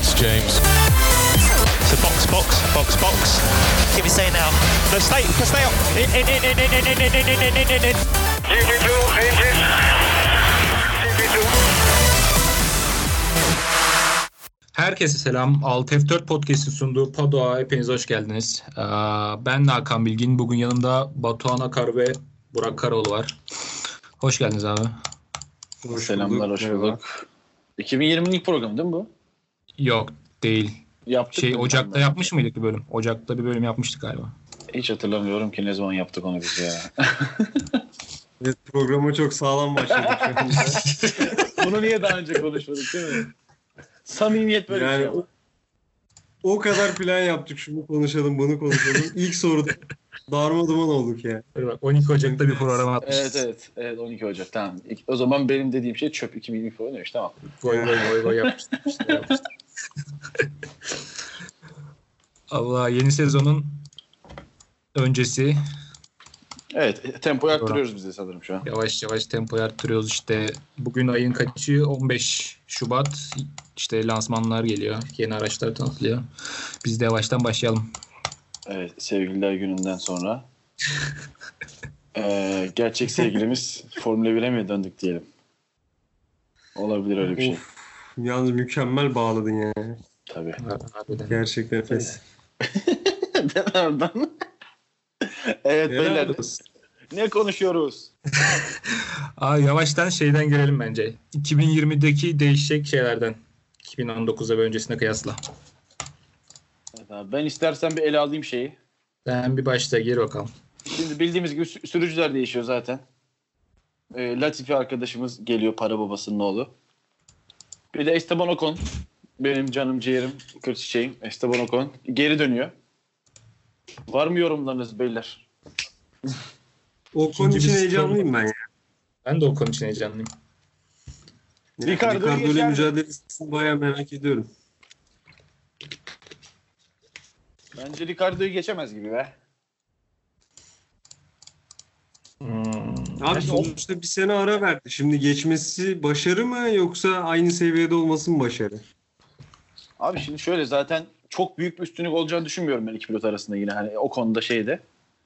it's James. So box. Give me say now. No, stay up. In. GP2, engine. GP2. Herkese selam. 6F4 Podcast'in sunduğu Pado'a hepiniz hoş geldiniz. Ben Hakan Bilgin. Bugün yanımda Batuhan Akar ve Burak Karaoğlu var. Hoş geldiniz abi. Selamlar, hoş bulduk. 2020'nin ilk programı değil mi bu? Yok, değil. Yaptık Ocak'ta yapmış mıydık bir bölüm? Ocak'ta bir bölüm yapmıştık galiba. Hiç hatırlamıyorum ki ne zaman yaptık onu biz ya. Evet, programa çok sağlam başladık şu anda. Bunu niye daha önce konuşmadık değil mi? Samimiyet böyle Yani bir şey. o kadar plan yaptık. Şunu konuşalım, bunu konuşalım. İlk soruda darmaduman olduk ya. Böyle bak 12 Ocak'ta bir program atmışız. Evet 12 Ocak tamam. O zaman benim dediğim şey çöp 2020 programı demiş tamam. Goy yapmıştık. Allah, yeni sezonun öncesi. Evet tempoyu arttırıyoruz biz de sanırım şu an. Yavaş yavaş tempoyu arttırıyoruz işte. Bugün ayın kaçı? 15 Şubat. İşte lansmanlar geliyor. Yeni araçlar tanıtılıyor. Biz de yavaştan başlayalım. Evet sevgililer gününden sonra. Gerçek sevgilimiz Formula 1'e mi döndük diyelim. Olabilir öyle bir şey. Yalnız mükemmel bağladın ya. Tabii. Harbiden. Gerçek nefes. Evet Helal beyler. olsun. Ne konuşuyoruz? Yavaştan şeyden girelim bence. 2020'deki değişecek şeylerden. 2019'a ve öncesine kıyasla. Evet abi, ben istersen bir ele alayım şeyi. Sen bir başta gir bakalım. Şimdi bildiğimiz gibi sürücüler değişiyor zaten. Latifi arkadaşımız geliyor, para babasının oğlu. Bir de Esteban Ocon. Benim canım ciğerim, kır çiçeğim. Esteban Ocon geri dönüyor. Var mı yorumlarınız beyler? O konu için heyecanlıyım ben ya. Ben de o konu için heyecanlıyım. Ricardo'yu Ricardo ile mücadelesini bayağı merak ediyorum. Bence Ricardo'yu geçemez gibi be. Abi sonuçta bir sene ara verdi. Şimdi geçmesi başarı mı yoksa aynı seviyede olması mı başarı? Abi şimdi şöyle zaten çok büyük bir üstünlük olacağını düşünmüyorum ben iki pilot arasında yine hani o konuda şeyde.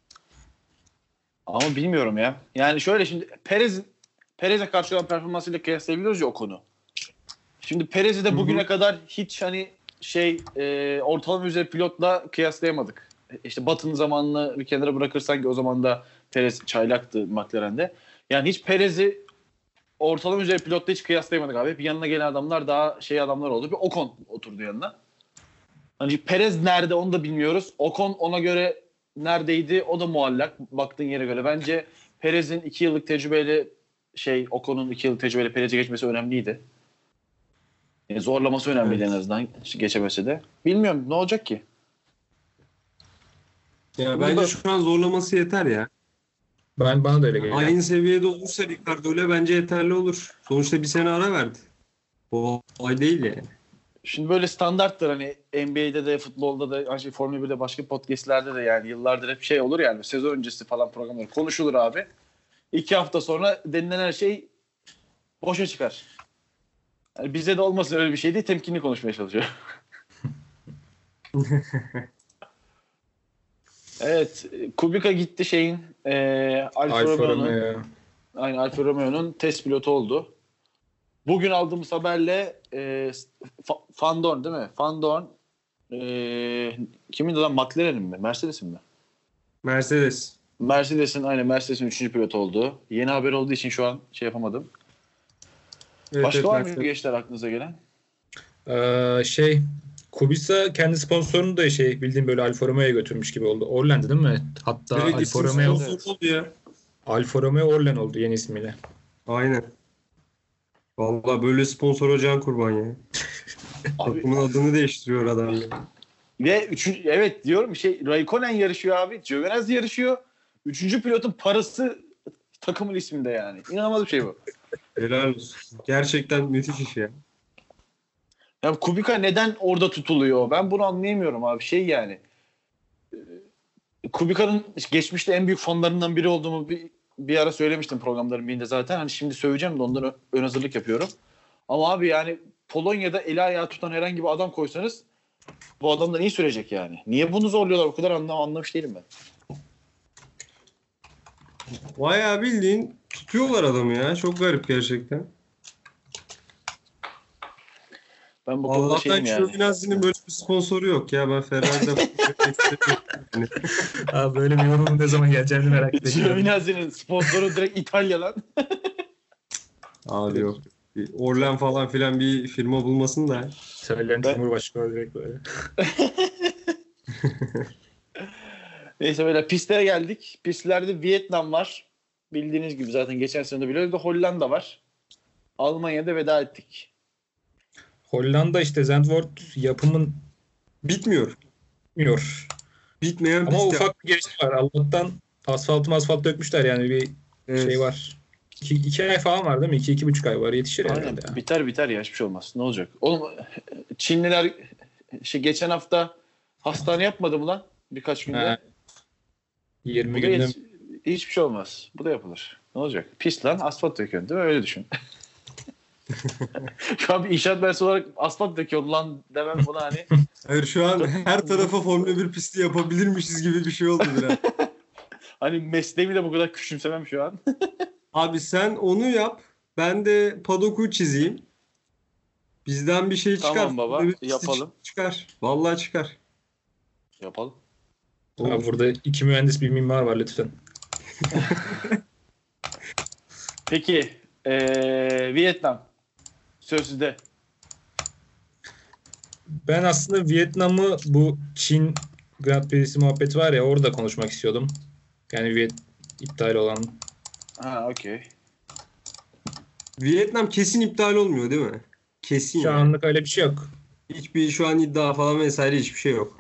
Ama bilmiyorum ya. Yani şöyle şimdi Perez'e karşı olan performansıyla kıyaslayabiliyoruz ya o konu. Şimdi Perez'i de bugüne kadar hiç hani ortalama üzeri pilotla kıyaslayamadık. İşte Button zamanını bir kenara bırakırsan ki o zaman da Perez çaylaktı McLaren'de. Yani hiç Perez'i ortalama üzeri pilotla hiç kıyaslayamadık abi. Hep yanına gelen adamlar daha adamlar oldu. Bir Ocon oturdu yanına. Hani Perez nerede onu da bilmiyoruz. Ocon ona göre neredeydi o da muallak baktığın yere göre. Bence Perez'in 2 yıllık tecrübeyle Ocon'un 2 yıllık tecrübeyle Perez'e geçmesi önemliydi. Yani zorlaması önemliydi en azından geçemese de. Bilmiyorum ne olacak ki? Ya bence şu an zorlaması yeter ya. Bana da öyle geliyor. Aynı seviyede olursa Ricardo ile bence yeterli olur. Sonuçta bir sene ara verdi. O olay değil yani. Şimdi böyle standarttır hani NBA'de de futbolda da Formula 1'de başka podcastlerde de yani yıllardır hep olur yani sezon öncesi falan programlar konuşulur abi. 2 hafta sonra denilen her şey boşa çıkar. Yani bize de olmasın öyle bir şey değil temkinli konuşmaya çalışıyor. Evet Kubica gitti Alfa Romeo'nun. Aynen Alfa Romeo'nun test pilotu oldu. Bugün aldığımız haberle Van Dorn değil mi? Van Dorn kimin lan? McLaren'in mi? Mercedes'in mi? Mercedes'in 3. pilot oldu. Yeni haber olduğu için şu an yapamadım. Evet, Başka var mı gençler aklınıza gelen? Kubica kendi sponsorunu da bildiğim böyle Alfa Romeo'ya götürmüş gibi oldu. Orlen'di değil mi? Hatta Alfa Romeo oldu ya. Alfa Romeo Orlen oldu yeni ismiyle. Aynen. Vallahi böyle sponsora can kurban ya. Takımın adını değiştiriyor adam ya. Ve evet diyorum Raikkonen yarışıyor abi. Giovinazzi yarışıyor. 3. pilotun parası takımın isminde yani. İnanılmaz bir şey bu. Helal olsun. Gerçekten müthiş iş ya. Ya Kubica neden orada tutuluyor? Ben bunu anlayamıyorum abi. Kubica'nın geçmişte en büyük fanlarından biri olduğumu bir ara söylemiştim programların birinde zaten. Hani şimdi söyleyeceğim de ondan ön hazırlık yapıyorum. Ama abi yani Polonya'da eli ayağı tutan herhangi bir adam koysanız bu adamdan iyi sürecek yani. Niye bunu zorluyorlar? O kadar anlamış değilim ben. Bayağı bildiğin tutuyorlar adamı ya. Çok garip gerçekten. Ben bu konuda Allah'tan şeyim yani. Giovinazzi'nin böyle bir sponsoru yok ya. Ben Ferrari'de yani. Abi böyle bir yorumun ne zaman geleceğini merak ediyorum. Giovinazzi'nin sponsoru direkt İtalya lan. Abi yok. Bir Orlen falan filan bir firma bulmasın da. Söyleyen Cumhurbaşkanı direkt böyle. Neyse böyle pistlere geldik. Pistlerde Vietnam var. Bildiğiniz gibi zaten geçen sene de biliyoruz da Hollanda var. Almanya'da veda ettik. Hollanda işte Zandvoort yapımın Bitmiyor. Bitmeyen ama pist ufak bir gelişme var. Allah'tan asfalt dökmüşler yani bir şey var. 2 ay falan var değil mi? 2-2,5 ay var. Yetişir Aynen. herhalde ya. Biter ya hiçbir şey olmaz. Ne olacak? Oğlum Çinliler geçen hafta hastane yapmadı mı lan? Birkaç günde. Ha. 20 Bu da günde hiçbir şey olmaz. Bu da yapılır. Ne olacak? Pist lan asfalt döküyorsun değil mi? Öyle düşün. Şu an bir inşaat mühendisi olarak asfalt döküyorsun lan demem buna hani. Hayır şu an her tarafa Formula 1 pisti yapabilirmişiz gibi bir şey oldu biraz. Hani mesleğimi de bu kadar küçümsemem şu an. Abi sen onu yap. Ben de paddock'u çizeyim. Bizden bir şey çıkar. Tamam baba, Formula 1 pisti yapalım. Çıkar. Vallahi çıkar. Yapalım. Abi burada 2 mühendis bir mimar var lütfen. Peki Vietnam. Söz sizde. Ben aslında Vietnam'ı bu Çin Grand Prix'si muhabbeti var ya orada konuşmak istiyordum. Yani iptal olan. Ha okey. Vietnam kesin iptal olmuyor değil mi? Kesin. Şu yani. anlık öyle bir şey yok. Hiçbir şu an iddia falan vesaire hiçbir şey yok.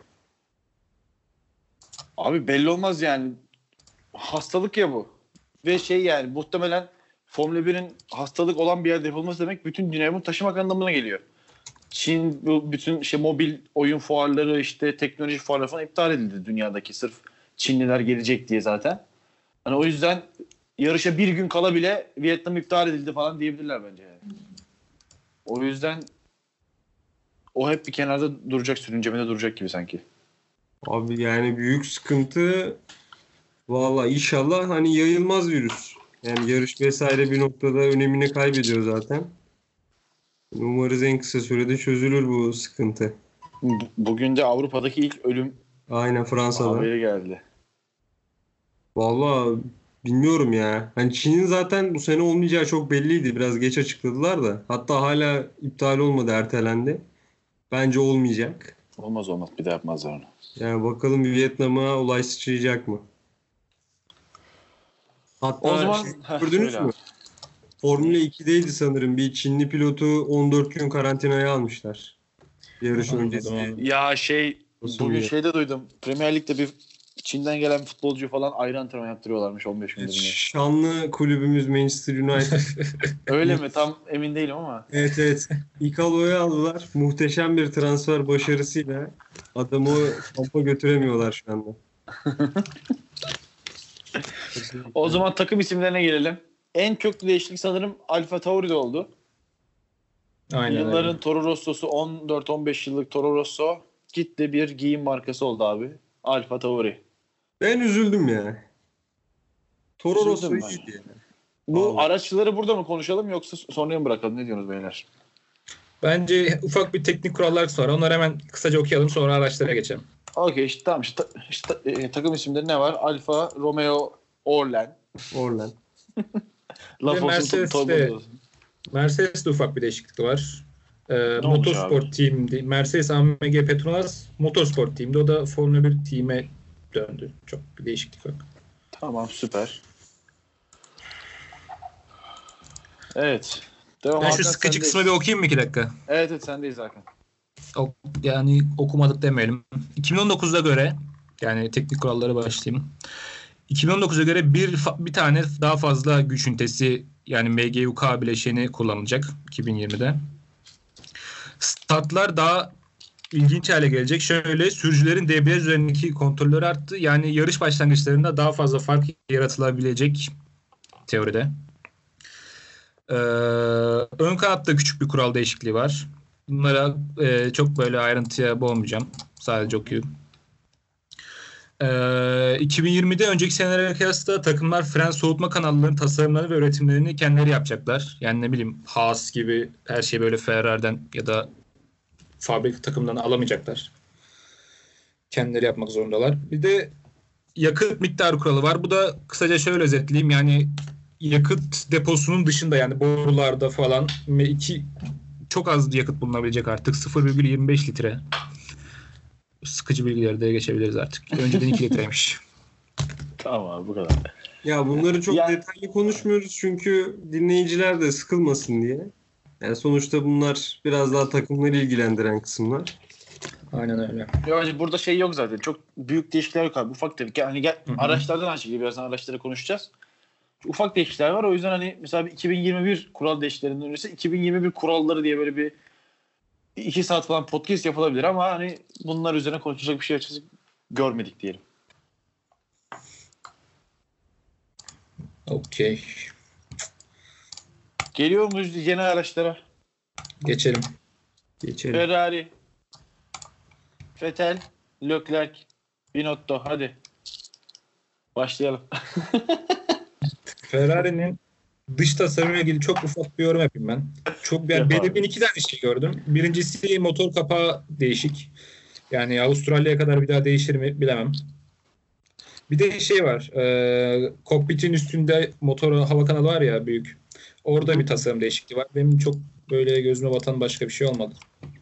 Abi belli olmaz yani. Hastalık ya bu. Ve şey yani muhtemelen Formula 1'in hastalık olan bir yerde yapılması demek bütün dünyayı bunu taşımak anlamına geliyor. Çin bu bütün mobil oyun fuarları işte teknoloji fuarları falan iptal edildi dünyadaki sırf Çinliler gelecek diye zaten. Hani o yüzden yarışa bir gün kala bile Vietnam iptal edildi falan diyebilirler bence yani. O yüzden o hep bir kenarda duracak, sürüncemede duracak gibi sanki. Abi yani büyük sıkıntı. Vallahi inşallah hani yayılmaz virüs. Yani yarış vesaire bir noktada önemini kaybediyor zaten. Umarız en kısa sürede çözülür bu sıkıntı. Bugün de Avrupa'daki ilk ölüm Aynen Fransa'da. haberi geldi. Vallahi bilmiyorum ya. Hani Çin'in zaten bu sene olmayacağı çok belliydi. Biraz geç açıkladılar da. Hatta hala iptal olmadı, ertelendi. Bence olmayacak. Olmaz bir daha yapmazlar onu. Yani bakalım Vietnam'a olay sıçrayacak mı? Hatta O zaman gördünüz söyle mü? abi. Formula 2'deydi sanırım. Bir Çinli pilotu 14 gün karantinaya almışlar. Yarış Anladım, öncesi. anladım. Ya Nasıl bugün bir- şeyde duydum. Premier Lig'de bir Çin'den gelen futbolcu falan ayrı antrenman yaptırıyorlarmış 15 gündür. yine. Şanlı kulübümüz Manchester United. Öyle mi? Tam emin değilim ama. Evet. İkalo'yu aldılar. Muhteşem bir transfer başarısıyla adamı kampa götüremiyorlar şu anda. O zaman takım isimlerine gelelim. En köklü değişiklik sanırım Alfa Tauri'de oldu. Aynen Yılların öyle. Toro Rosso'su 14-15 yıllık Toro Rosso gitti bir giyim markası oldu abi. Alfa Tauri. Ben üzüldüm ya. Toro Üzüldün Rosso mü? iyiydi yani. Bu Vallahi. araçları burada mı konuşalım yoksa sonraya mı bırakalım? Ne diyorsunuz beyler? Bence ufak bir teknik kurallar sonra onları hemen kısaca okuyalım sonra araçlara geçelim. Okey işte tamam. Takım isimleri ne var? Alfa Romeo Orlen. Orlen. Laf olsun, Mercedes torba de- olsun. Mercedes'te ufak bir değişiklik var. olmuş Motorsport Team'di. Mercedes AMG Petronas Motorsport Team'di. O da Formula 1 Team'e döndü. Çok bir değişiklik yok. Tamam süper. Evet. Devam Ben şu Hakan, sıkıcı sendeyiz. kısmı bir okuyayım mı 2 dakika? Evet sendeyiz Hakan. Yani okumadık demeyelim. 2019'a göre yani teknik kurallara başlayayım. 2019'a göre bir tane daha fazla güç ünitesi yani MGUK bileşeni kullanılacak 2020'de. Startlar daha ilginç hale gelecek. Şöyle sürücülerin debriyaj üzerindeki kontrolleri arttı. Yani yarış başlangıçlarında daha fazla fark yaratılabilecek teoride. Ön kanatta küçük bir kural değişikliği var. Bunlara çok böyle ayrıntıya boğmayacağım. Sadece okuyun. 2020'de önceki senelere kıyasla takımlar fren soğutma kanallarının tasarımlarını ve üretimlerini kendileri yapacaklar. Yani ne bileyim Haas gibi her şeyi böyle Ferrari'den ya da fabrika takımlarından alamayacaklar. Kendileri yapmak zorundalar. Bir de yakıt miktarı kuralı var. Bu da kısaca şöyle özetleyeyim. Yani yakıt deposunun dışında yani borularda falan çok az yakıt bulunabilecek artık. 0,25 litre. Sıkıcı bilgileri de geçebiliriz artık. Önceden 2 litreymiş. Tamam abi bu kadar. Ya bunları çok Ya- detaylı konuşmuyoruz çünkü dinleyiciler de sıkılmasın diye. Yani sonuçta bunlar biraz daha takımları ilgilendiren kısımlar. Aynen öyle. Ya burada şey yok zaten. Çok büyük değişiklikler yok abi. Ufak tefek. Yani Hı hı. araçlardan aynı şekilde birazdan araçları konuşacağız. Ufak değişiklikler var. O yüzden hani mesela bir 2021 kural değişikliklerinden öncesi 2021 kuralları diye böyle bir 2 saat falan podcast yapılabilir ama hani bunlar üzerine konuşacak bir şey açıkçası görmedik diyelim. Okey. Geliyor muyuz yeni araçlara? Geçelim. Geçelim. Ferrari, Vettel, Leclerc, Binotto. Hadi. Başlayalım. Ferrari'nin dış tasarımıyla ilgili çok ufak bir yorum yapayım ben. Çok Yap abi. belirgin 2 tane şey gördüm. Birincisi motor kapağı değişik. Yani Avustralya'ya kadar bir daha değişir mi bilemem. Bir de şey var. Kokpitin üstünde motor hava kanalı var ya büyük. Orada bir tasarım değişikliği var. Benim çok böyle gözüme batan başka bir şey olmadı.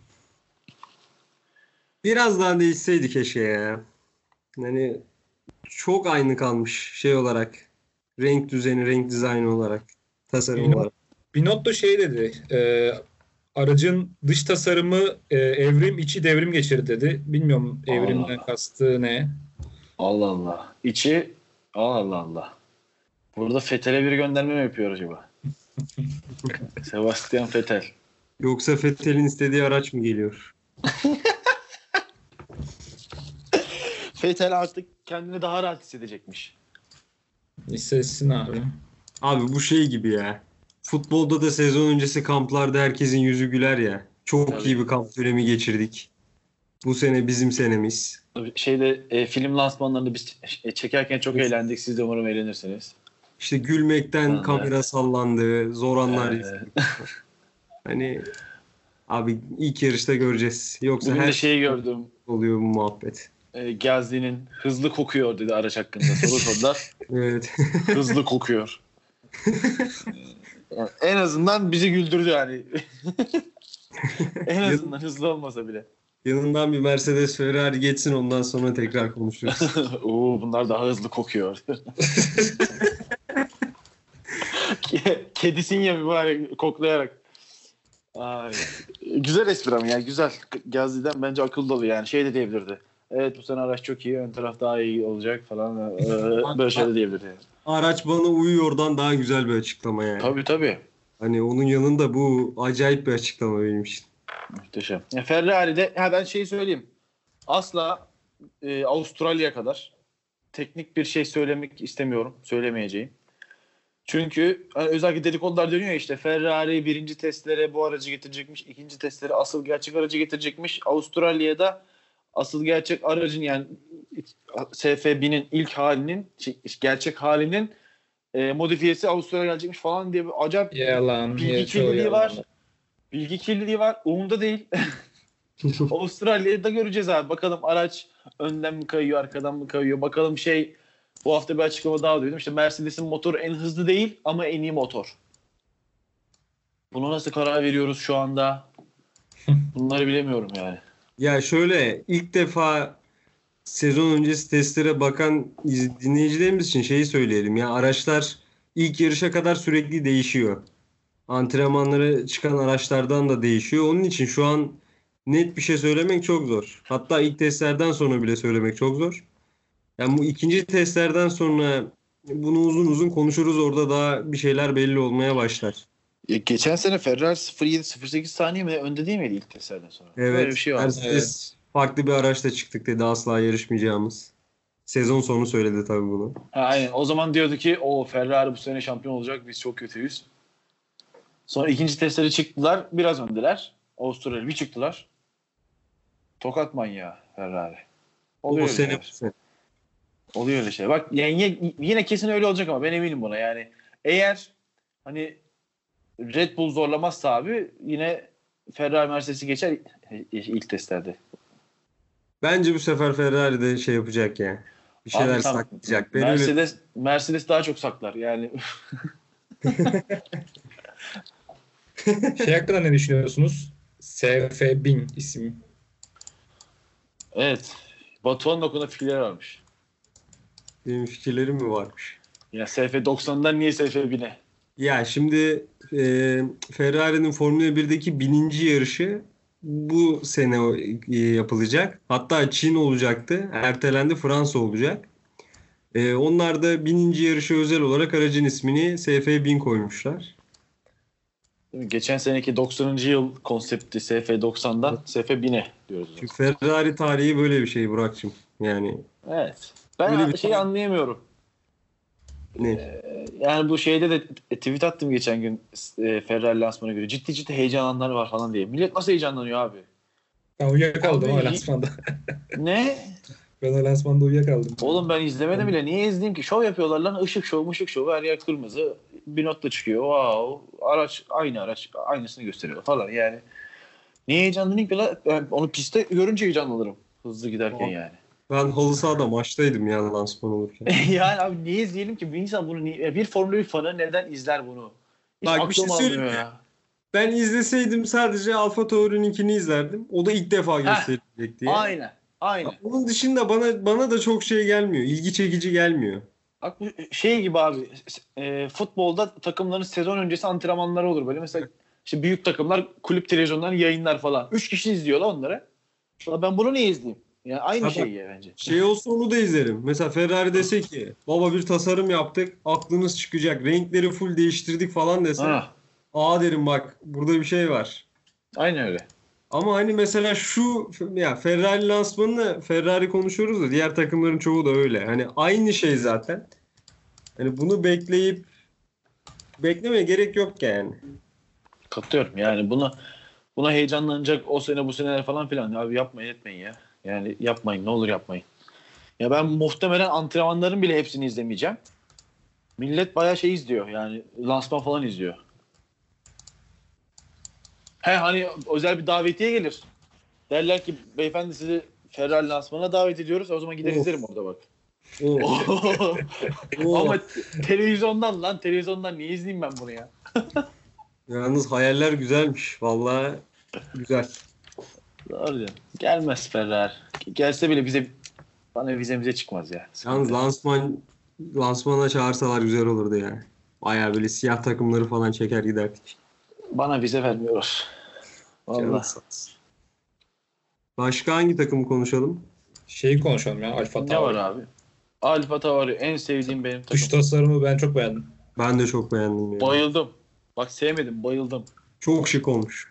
Biraz daha değişseydi keşke ya. Yani çok aynı kalmış şey olarak. Renk düzeni, renk dizaynı olarak. Tasarım olarak. Binotto şey dedi. Aracın dış tasarımı evrim içi devrim geçirdi dedi. Bilmiyorum evrimden kastı ne. Allah Allah. İçi Allah Allah. Burada Vettel'e bir gönderme mi yapıyor acaba? Sebastian Vettel. Yoksa Vettel'in istediği araç mı geliyor? Vettel artık kendini daha rahat hissedecekmiş. Hissetsin abi. Abi bu şey gibi ya. Futbolda da sezon öncesi kamplarda herkesin yüzü güler ya. Çok Tabii. iyi bir kamp dönemi geçirdik. Bu sene bizim senemiz. Film lansmanlarında biz çekerken çok eğlendik. Siz de umarım eğlenirsiniz. İşte gülmekten Evet. kamera sallandı. Zor anlar Evet. yaşadık. Hani abi ilk yarışta göreceğiz. Yoksa Bugün her de şeyi gördüm. oluyor bu muhabbet. Gasly'nin hızlı kokuyor dedi araç hakkında. Soru sordular. Evet. Hızlı kokuyor. Yani en azından bizi güldürdü yani. En azından hızlı olmasa bile. Yanından bir Mercedes Ferrari geçsin ondan sonra tekrar konuşuruz. Oo, bunlar daha hızlı kokuyor. Kedisin ya bir bari koklayarak. Ay. Güzel espri ama yani güzel. Gazi'den bence akıl dolu yani. Şey de diyebilirdi. Evet bu sene araç çok iyi. Ön taraf daha iyi olacak falan. Böyle şeyler diyebilirdi. Yani. Araç bana uyuyordan daha güzel bir açıklama yani. Tabii. Hani onun yanında bu acayip bir açıklama benim için. Muhteşem. Ya Ferrari'de ben şeyi söyleyeyim. Asla Avustralya'ya kadar teknik bir şey söylemek istemiyorum. Söylemeyeceğim. Çünkü hani özellikle dedikodular dönüyor ya işte Ferrari birinci testlere bu aracı getirecekmiş. İkinci testlere asıl gerçek aracı getirecekmiş. Avustralya'da asıl gerçek aracın yani SF1000'in ilk halinin gerçek halinin modifiyesi Avustralya'ya gelecekmiş falan diye bir acayip Yalan. bilgi kirliliği var. Bilgi kirliliği var. Umurumda değil. Avustralya'da göreceğiz abi. Bakalım araç önden mi kayıyor, arkadan mı kayıyor? Bakalım bu hafta bir açıklama daha duydum. İşte Mercedes'in motoru en hızlı değil ama en iyi motor. Buna nasıl karar veriyoruz şu anda? Bunları bilemiyorum yani. Ya şöyle ilk defa sezon öncesi testlere bakan dinleyicilerimiz için şeyi söyleyelim. Ya araçlar ilk yarışa kadar sürekli değişiyor. Antrenmanlara çıkan araçlardan da değişiyor. Onun için şu an net bir şey söylemek çok zor. Hatta ilk testlerden sonra bile söylemek çok zor. Yani bu ikinci testlerden sonra bunu uzun uzun konuşuruz. Orada daha bir şeyler belli olmaya başlar. Geçen sene Ferrari 0.7-0.8 saniye mi önde değil miydi ilk testlerden sonra? Evet. Böyle bir şey var. Mercedes farklı bir araçla çıktık dedi asla yarışmayacağımız. Sezon sonu söyledi tabii bunu. Aynen. O zaman diyordu ki o Ferrari bu sene şampiyon olacak. Biz çok kötüyüz. Sonra ikinci testleri çıktılar. Biraz öndeler. Avustralya bir çıktılar. Tokat manyağı Ferrari. Oluyor O öyle sene şeyler. bu sene. Oluyor öyle şey. Bak yani yine kesin öyle olacak ama ben eminim buna. Yani eğer hani Red Bull zorlamazsa abi yine Ferrari Mercedes'i geçer ilk testlerde. Bence bu sefer Ferrari de şey yapacak yani. Bir şeyler Abi tam saklayacak. Ben öyle Mercedes daha çok saklar. Yani Şey hakkında ne düşünüyorsunuz? SF1000 isim. evet. Batuhan'ın o konuda fikirleri varmış. benim fikirlerim mi varmış? Ya SF90'dan niye SF1000'e? Ya şimdi Ferrari'nin Formula 1'deki 1000. yarışı bu sene yapılacak. Hatta Çin olacaktı. Ertelendi, Fransa olacak. Onlar da 1000. yarışı özel olarak aracın ismini SF1000 koymuşlar. Değil mi? Geçen seneki 90. yıl konsepti SF90'dan SF1000'e diyoruz. Çünkü Ferrari tarihi böyle bir şey Burak'cığım. Yani Evet. Ben Öyle bir şeyi anlayamıyorum. ne? Yani bu şeyde de tweet attım geçen gün Ferrari lansmanına göre. Ciddi ciddi heyecanlananlar var falan diye. Millet nasıl heyecanlanıyor abi? Ben uyuyakaldım Abi, o lansmanda. Ne? Ben o lansmanda uyuyakaldım. Oğlum ben izlemedim bile. Niye izleyeyim ki? Şov yapıyorlar lan. Işık şovu, ışık şovu. Her yer kırmızı. Bir not da çıkıyor. Wow. Araç, aynı araç. Aynısını gösteriyor falan. Yani niye heyecanlanayım ki lan? Ben onu pistte görünce heyecanlanırım. Hızlı giderken yani. Ben halı sahada maçtaydım yani lansman olurken. Yani abi niye izleyelim ki? Bir insan bunu bir Formula 1 fanı neden izler bunu? Hiç Bak, bir şey aklım söyleyeyim almıyor mi? ya. Ben izleseydim sadece Alfa Tauri'ninkini izlerdim. O da ilk defa gösterilecek diye. Aynen. Aynen. Onun dışında bana da çok şey gelmiyor. İlgi çekici gelmiyor. Bak bu şey gibi abi futbolda takımların sezon öncesi antrenmanları olur böyle. Mesela işte büyük takımlar kulüp televizyondan yayınlar falan. 3 kişi izliyorlar onları. Ulan ben bunu niye izleyeyim? Yani aynı Tabii. şey ya bence. Şey olsa onu da izlerim. Mesela Ferrari dese ki baba bir tasarım yaptık. Aklınız çıkacak. Renkleri full değiştirdik falan dese. Ha, Aa derim bak burada bir şey var. aynen öyle. Ama hani mesela şu ya Ferrari lansmanını Ferrari konuşuyoruz da diğer takımların çoğu da öyle. Hani aynı şey zaten. Hani bunu beklemeye gerek yok yani. Katılıyorum yani buna heyecanlanacak o sene bu seneler falan filan. Abi yapmayın etmeyin ya. Yani yapmayın ne olur yapmayın. Ya ben muhtemelen antrenmanların bile hepsini izlemeyeceğim. Millet bayağı şey izliyor yani lansman falan izliyor. Hani özel bir davetiye gelir. Derler ki beyefendi sizi Ferrari lansmanına davet ediyoruz. O zaman gider Of. izlerim orada bak. Oo. Ama televizyondan niye izleyeyim ben bunu ya? Yalnız hayaller güzelmiş. Vallahi güzel. Doğru diyorsun. Gelmez Ferrari. Gelse bile bana vizemize çıkmaz ya. Yalnız lansmana çağırsalar güzel olurdu yani. Bayağı böyle siyah takımları falan çeker giderdik. Bana vize vermiyorlar. Canım Vallahi. sağ olsun. Başka hangi takımı konuşalım? Şeyi konuşalım ya. Alfa Ne Tauri. var abi? Alfa Tauri en sevdiğim benim Dış takım. tasarımı ben çok beğendim. Ben de çok beğendim yani. Bayıldım. Bak sevmedim, bayıldım. Çok şık olmuş.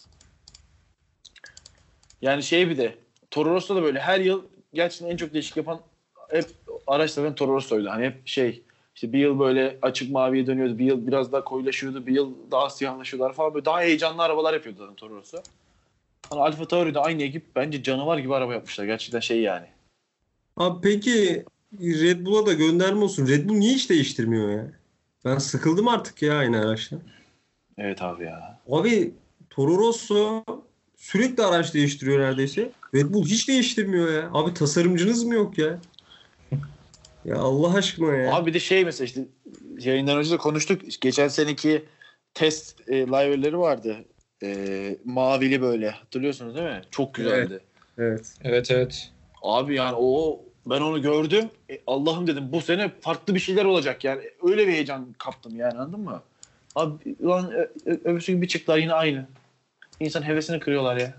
Yani şey bir de Toro Rosso da böyle her yıl gerçekten en çok değişik yapan hep araçlardan Toro Rosso'ydu. Hani hep şey işte bir yıl böyle açık maviye dönüyordu. Bir yıl biraz daha koyulaşıyordu. Bir yıl daha siyahlaşıyorlar falan. Böyle daha heyecanlı arabalar yapıyordu zaten Toro Rosso. Hani Alfa Tauri de aynı ekip bence canavar gibi araba yapmışlar. Gerçekten şey yani. Abi peki Red Bull'a da gönderme olsun. Red Bull niye hiç değiştirmiyor ya? Ben sıkıldım artık ya aynı araçtan. Evet abi ya. Abi Toro Rosso sürekli araç değiştiriyor neredeyse. Red Bull hiç değiştirmiyor ya. Abi tasarımcınız mı yok ya? Ya Allah aşkına ya. Abi bir de şey mesela işte yayından önce de konuştuk. Geçen seneki test live'leri vardı. Mavili böyle. Hatırlıyorsunuz değil mi? Çok güzeldi. Evet. Evet. Abi yani ben onu gördüm. Allah'ım dedim bu sene farklı bir şeyler olacak yani. Öyle bir heyecan kaptım yani anladın mı? Abi lan öbürsü gün bir çıktılar yine aynı. İnsan hevesini kırıyorlar ya.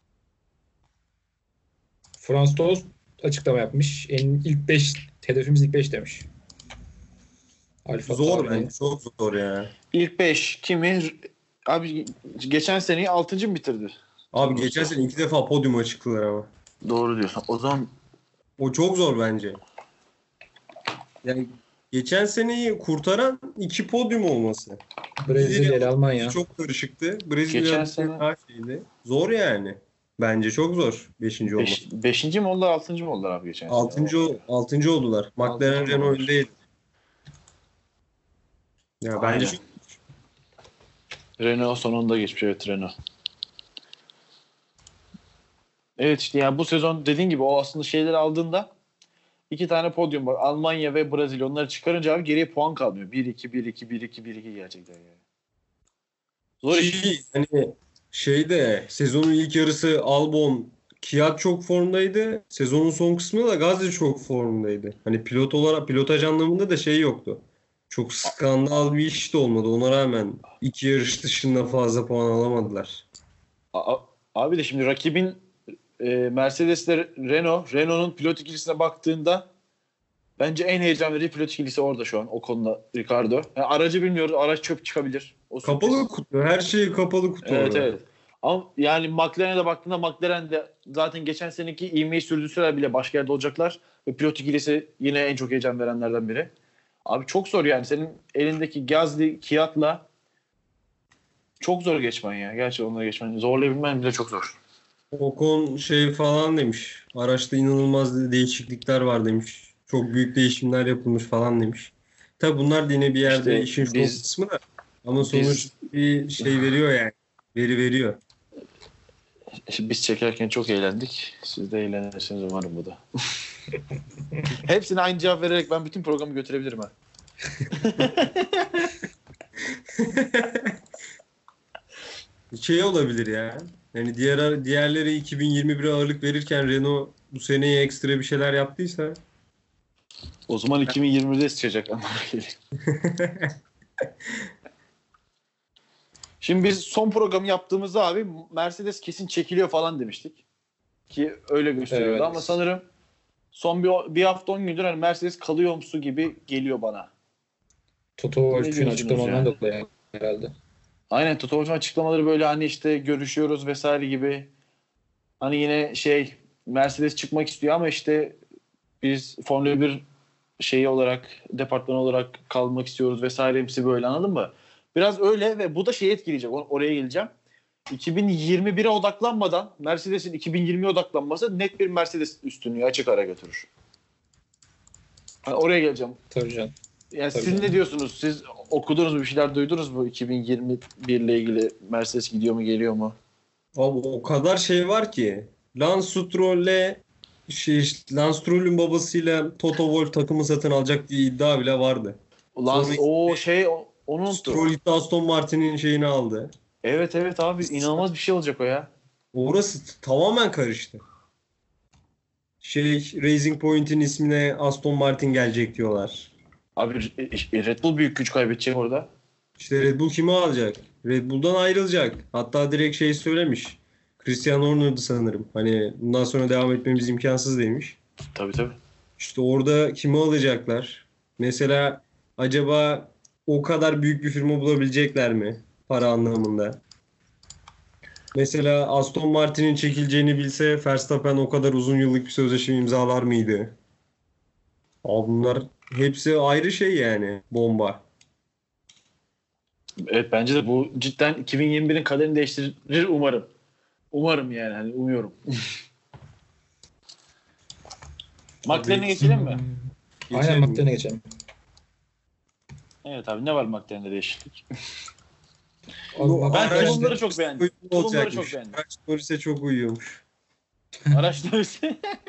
Frans Tost açıklama yapmış. İlk 5 hedefimiz ilk 5 demiş. Alfa Zor Tauri. bence. Çok zor ya. İlk 5 kimi? Abi geçen seneyi 6. mı bitirdi? Abi geçen sene 2 defa podyuma çıktılar ama. Doğru diyorsun. O zaman O çok zor bence. Yani geçen seneyi kurtaran 2 podyum olması. Brezilya ile Almanya. Çok karışıktı. Brezilya Geçen sene- daha şeydi. Zor yani. Bence çok zor 5. olmak. Beşinci mi oldular, 6. mı oldular abi geçen sene? 6. oldular. McLaren Renault öndeydi. Ya bence Aynen. Renault sonunda geçmiş. Evet, Renault. Evet işte yani bu sezon dediğin gibi o aslında şeyleri aldığında 2 tane podyum var. Almanya ve Brezilya. Onları çıkarınca abi geriye puan kalmıyor. 1-2, 1-2, 1-2, 1-2 gerçekten yani. Zor iş. hani şeyde sezonun ilk yarısı Albon, Kvyat çok formdaydı. Sezonun son kısmında da Gasly çok formdaydı. Hani pilot olarak pilotaj anlamında da şey yoktu. Çok skandal bir iş de olmadı. Ona rağmen 2 yarış dışında fazla puan alamadılar. Abi de şimdi rakibin Mercedes'le Renault'un pilot ikilisine baktığında bence en heyecan verici pilot ikilisi orada şu an. O konuda Ricardo. Yani aracı bilmiyoruz. Araç çöp çıkabilir. O Kapalı sürpriz. kutu. Her şey kapalı kutu. Evet orada. evet. Ama yani McLaren'e de baktığında McLaren de zaten geçen seneki ivmeyi sürdürseler bile başka yerde olacaklar. Ve pilot ikilisi yine en çok heyecan verenlerden biri. Abi çok zor yani. Senin elindeki Gasly, Kvyat'la çok zor geçmen ya. Gerçi onları geçmen. Zorlayabilmen bile çok zor. Ocon şey falan demiş. Araçta inanılmaz değişiklikler var demiş. Çok büyük değişimler yapılmış falan demiş. Tabi bunlar da yine bir yerde İşte işin biz- son kısmı da. Ama sonuç bir şey veriyor yani. Veri veriyor. İşte biz çekerken çok eğlendik. Siz de eğlenirsiniz umarım bu da. Hepsine aynı cevap vererek ben bütün programı götürebilirim ha. Şey olabilir ya. Yani diğerleri 2021'e ağırlık verirken Renault bu seneye ekstra bir şeyler yaptıysa O zaman 2020'de sıçacak anlamına geliyor. Şimdi biz son programı yaptığımızda abi Mercedes kesin çekiliyor falan demiştik. Ki öyle gösteriyordu Evet. ama sanırım son bir hafta 10 gündür hani Mercedes kalıyormuşsu gibi geliyor bana. Toto Ne Wolff'un diyorsunuz açıklamalarından yani? dolayı herhalde. Aynen Toto Wolff'un açıklamaları böyle hani işte görüşüyoruz vesaire gibi. Hani yine şey Mercedes çıkmak istiyor ama işte biz Formula 1 şeyi olarak departman olarak kalmak istiyoruz vesaire hepsi böyle anladın mı? Biraz öyle ve bu da şeyi etkileyecek. Oraya geleceğim. 2021'e odaklanmadan Mercedes'in 2020'ye odaklanması net bir Mercedes üstünlüğü açık ara götürür. Yani oraya geleceğim. Tabii canım. Yani Tabii siz canım. ne diyorsunuz? Siz okudunuz mu? Bir şeyler duydunuz mu? 2021 ile ilgili Mercedes gidiyor mu geliyor mu? abi o kadar şey var ki Lance Stroll'le Lance Stroll'ün babasıyla Toto Wolff takımı satın alacak diye iddia bile vardı. Ulan Sonra o şey onu unuttum. Stroll gitti Aston Martin'in şeyini aldı. Evet evet abi inanılmaz bir şey olacak o ya. Orası tamamen karıştı. Racing Point'in ismine Aston Martin gelecek diyorlar. Abi Red Bull büyük güç kaybedecek orada. İşte Red Bull kimi alacak? Red Bull'dan ayrılacak. Hatta direkt şey söylemiş. Christian Horner'dı sanırım. Hani bundan sonra devam etmemiz imkansız demiş. Tabii tabii. İşte orada kimi alacaklar? Mesela acaba o kadar büyük bir firma bulabilecekler mi? Para anlamında. Mesela Aston Martin'in çekileceğini bilse Verstappen o kadar uzun yıllık bir sözleşme imzalar mıydı? Abi bunlar hepsi ayrı şey yani. Bomba. Evet bence de bu cidden 2021'in kaderini değiştirir umarım. Umarım yani hani umuyorum. McLaren'e geçelim mi? Aynen Geçelim. McLaren'e geçelim. Evet abi ne var McLaren'de değişiklik? Abi, Ben Araç- tulumları çok beğendim. Tulumları Olacakmış. çok beğendim. Araç Norris'e çok uyuyormuş. Araçlar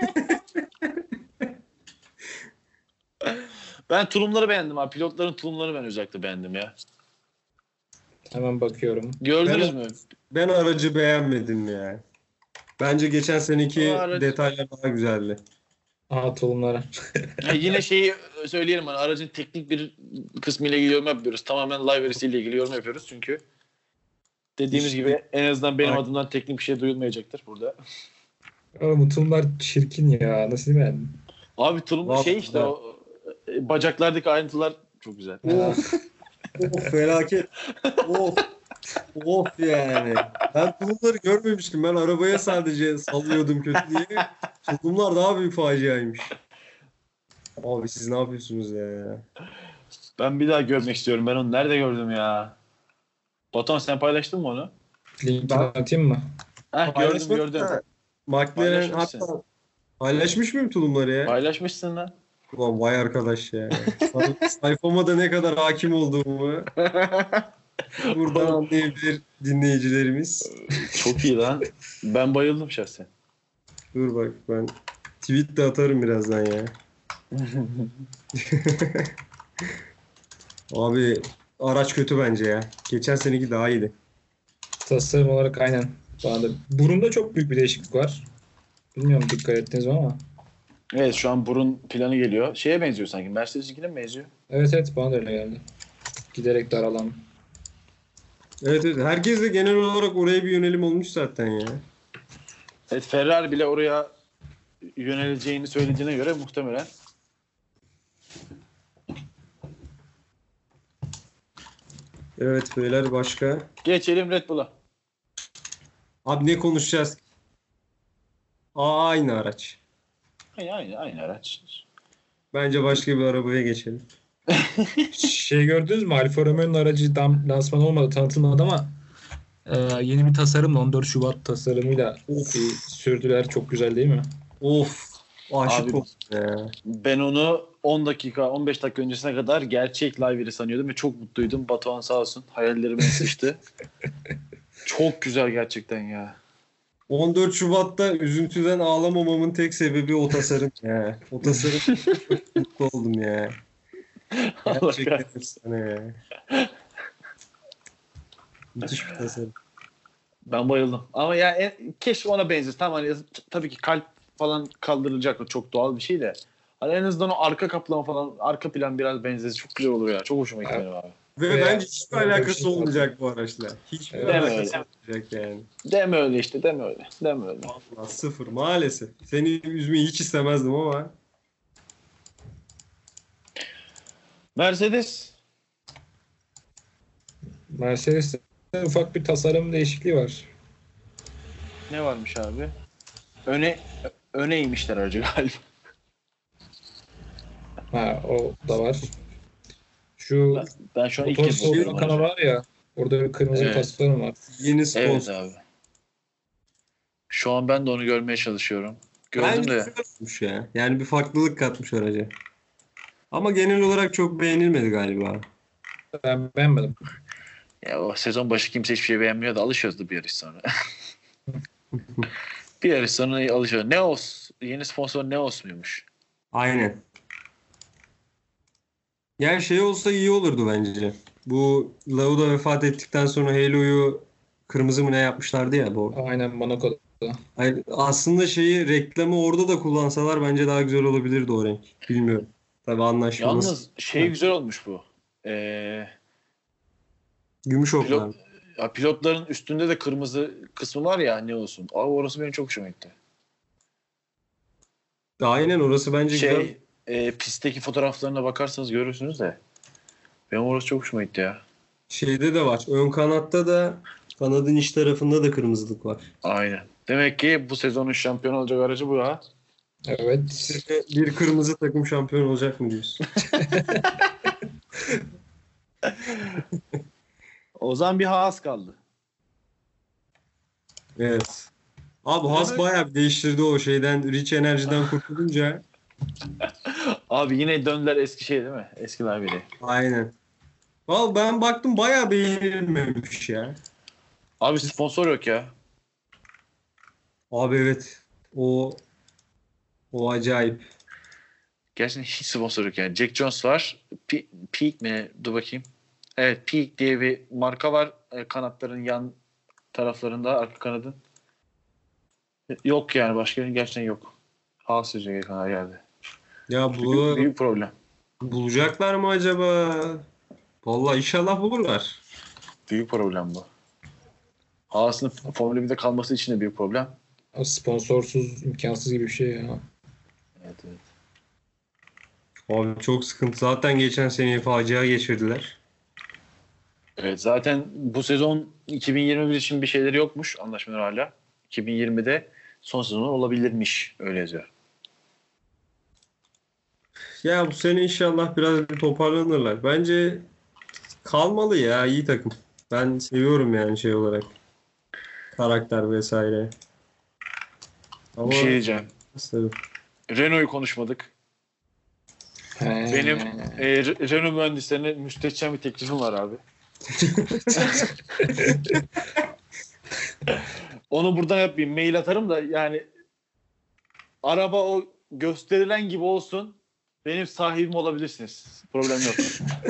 Ben tulumları beğendim abi. Pilotların tulumlarını ben özellikle beğendim ya. Hemen bakıyorum. Gördünüz Ben- mü? Ben aracı beğenmedim ya. Bence geçen seneki O aracı- detaylar daha güzeldi. Aha tulumlara. Ya yine şeyi söyleyelim hani aracın teknik bir kısmıyla ilgili yorum yapmıyoruz. Tamamen live verisiyle ilgili yorum yapıyoruz çünkü dediğimiz İşte- gibi en azından benim Aynen. adımdan teknik bir şey duyulmayacaktır burada. Ama bu tulumlar çirkin ya. Nasıl değil mi? Abi tulum Vallahi şey işte o bacaklardaki ayrıntılar çok güzel. Of. Of felaket. Of. Of yani. Ben tulumları görmemiştim. Ben arabaya sadece sallıyordum kötü diye. Tulumlar daha büyük faciaymış. Abi siz ne yapıyorsunuz ya? Ben bir daha görmek istiyorum. Ben onu nerede gördüm ya? Batuhan sen paylaştın mı onu? Linkini Ben- atayım mı? Gördüm. McLaren Paylaşmışsın. hatta paylaşmış mıyım tulumları ya? Paylaşmışsın lan. Ulan vay arkadaş ya. Sayfama da ne kadar hakim olduğumu buradan anlayabilir dinleyicilerimiz. Çok iyi lan. Ben bayıldım şahsen. Dur bak ben tweet de atarım birazdan ya. Abi araç kötü bence ya. Geçen seneki daha iyiydi. Tasarım olarak aynen. Bana da. Burunda çok büyük bir değişiklik var. Bilmiyorum dikkat ettiniz mi ama. Evet şu an burun planı geliyor. Şeye benziyor sanki. Mercedes'inkine mi benziyor? Evet bana da öyle geldi. Giderek daralan. Evet evet. Herkes de genel olarak oraya bir yönelim olmuş zaten ya. Evet Ferrari bile oraya yöneleceğini söylediğine göre muhtemelen. Evet beyler başka. Geçelim Red Bull'a. Abi ne konuşacağız? Aynı araç. Aynı araç. Bence başka bir arabaya geçelim. Şey gördünüz mü? Alfa Romeo'nun aracı tam lansman olmadı, tanıtılmadı ama yeni bir tasarımla 14 Şubat tasarımıyla sürdüler. Çok güzel değil mi? Of. Aşık Abi, oldum ya. Ben onu 10 dakika 15 dakika öncesine kadar gerçek live'leri sanıyordum ve çok mutluydum. Batuhan sağ olsun hayallerime sıçtı. Çok güzel gerçekten ya. 14 Şubat'ta üzüntüden ağlamamamın tek sebebi o tasarım ya. O tasarım çok mutlu oldum ya. Allah Gerçekten kahretsin. efsane ya. Müthiş bir tasarım. Ben bayıldım. Ama ya keşke ona benzer. Tamam hani tabii ki kalp falan kaldırılacak o çok doğal bir şey de. Hani en azından o arka kaplama falan arka plan biraz benzesi çok güzel olur ya. Çok hoşuma gitti benim abi. Ve Veya- bence hiçbir öyle bir alakası şey olmayacak bu araçla. Hiçbir Evet. alakası Deme olmayacak yani. Deme öyle işte deme öyle. Vallahi sıfır maalesef. Seni üzmeyi hiç istemezdim ama. Mercedes. Mercedes'te ufak bir tasarım değişikliği var. Ne varmış abi? Öne inmişler aracı galiba. Ha, o da var. Şu Ben şu an ilk motor kez soğutma bakıyorum kanalı aracı. var ya. Orada bir kırmızı bir Evet. tasarım var. Yeni Evet sponsor. abi. Şu an ben de onu görmeye çalışıyorum. Gördüm Bence de. güzel olmuş ya. Yani bir farklılık katmış araca. Ama genel olarak çok beğenilmedi galiba. Ben beğenmedim. Ya o sezon başı kimse hiçbir şey beğenmiyor da alışıyoruz da bir yarış sonra. Bir yarış sonra alışıyoruz. Neos. Yeni sponsor Neos muymuş? Aynen. Yani şey olsa iyi olurdu bence. Bu Lauda vefat ettikten sonra Halo'yu kırmızı mı ne yapmışlardı ya bu. Aynen Monaco'da. Hayır, aslında şeyi reklamı orada da kullansalar bence daha güzel olabilirdi o renk. Bilmiyorum. Tabii anlaşılmaz. Yalnız şey güzel olmuş bu. Gümüş oklar. Pilotların üstünde de kırmızı kısmı var ya ne olsun. Abi orası benim çok hoşuma gitti. Aynen orası bence güzel. Pistteki fotoğraflarına bakarsanız görürsünüz de. Benim orası çok hoşuma gitti ya. Şeyde de var. Ön kanatta da kanadın iç tarafında da kırmızılık var. Aynen. Demek ki bu sezonun şampiyon olacak aracı bu ha. Evet. Bir kırmızı takım şampiyon olacak mı diyorsun? O zaman bir Haas kaldı. Evet. Abi Haas bayağı bir değiştirdi o şeyden. Rich Energy'den kurtulunca. Abi yine döndüler eski şey değil mi? Eskiler biri. Aynen. Vallahi ben baktım bayağı beğenilmemiş ya. Abi sponsor yok ya. Abi evet. O acayip. Gerçekten hiç sponsor yok yani. Jack Jones var. Peak mi? Dur bakayım. Evet Peak diye bir marka var. Kanatların yan taraflarında arka kanadın. Yok yani başka gerçekten yok. Haas yüzüne kadar geldi. Ya bu Büyük problem. bulacaklar mı acaba? Vallahi inşallah bulurlar. Büyük problem bu. Haas'ın Formula 1'de kalması için de büyük problem. O sponsorsuz imkansız gibi bir şey ya. Evet. Abi çok sıkıntı. Zaten geçen seneyi facia geçirdiler. Evet zaten bu sezon 2021 için bir şeyleri yokmuş anlaşmalar hala. 2020'de son sezonu olabilirmiş öyle yazıyor. Ya bu sene inşallah biraz bir toparlanırlar. Bence kalmalı ya, iyi takım. Ben seviyorum yani şey olarak. Karakter vesaire. Ama Bir şey diyeceğim. nasıl? Renault'u konuşmadık. Benim Renault mühendislerine müstehcen bir teklifim var abi. Onu buradan yapayım. Mail atarım da yani araba o gösterilen gibi olsun. Benim sahibim olabilirsiniz. Problem yok.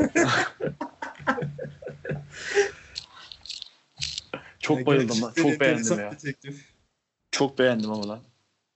Çok bayıldım lan. Çok beğendim ya. Çok beğendim ama lan.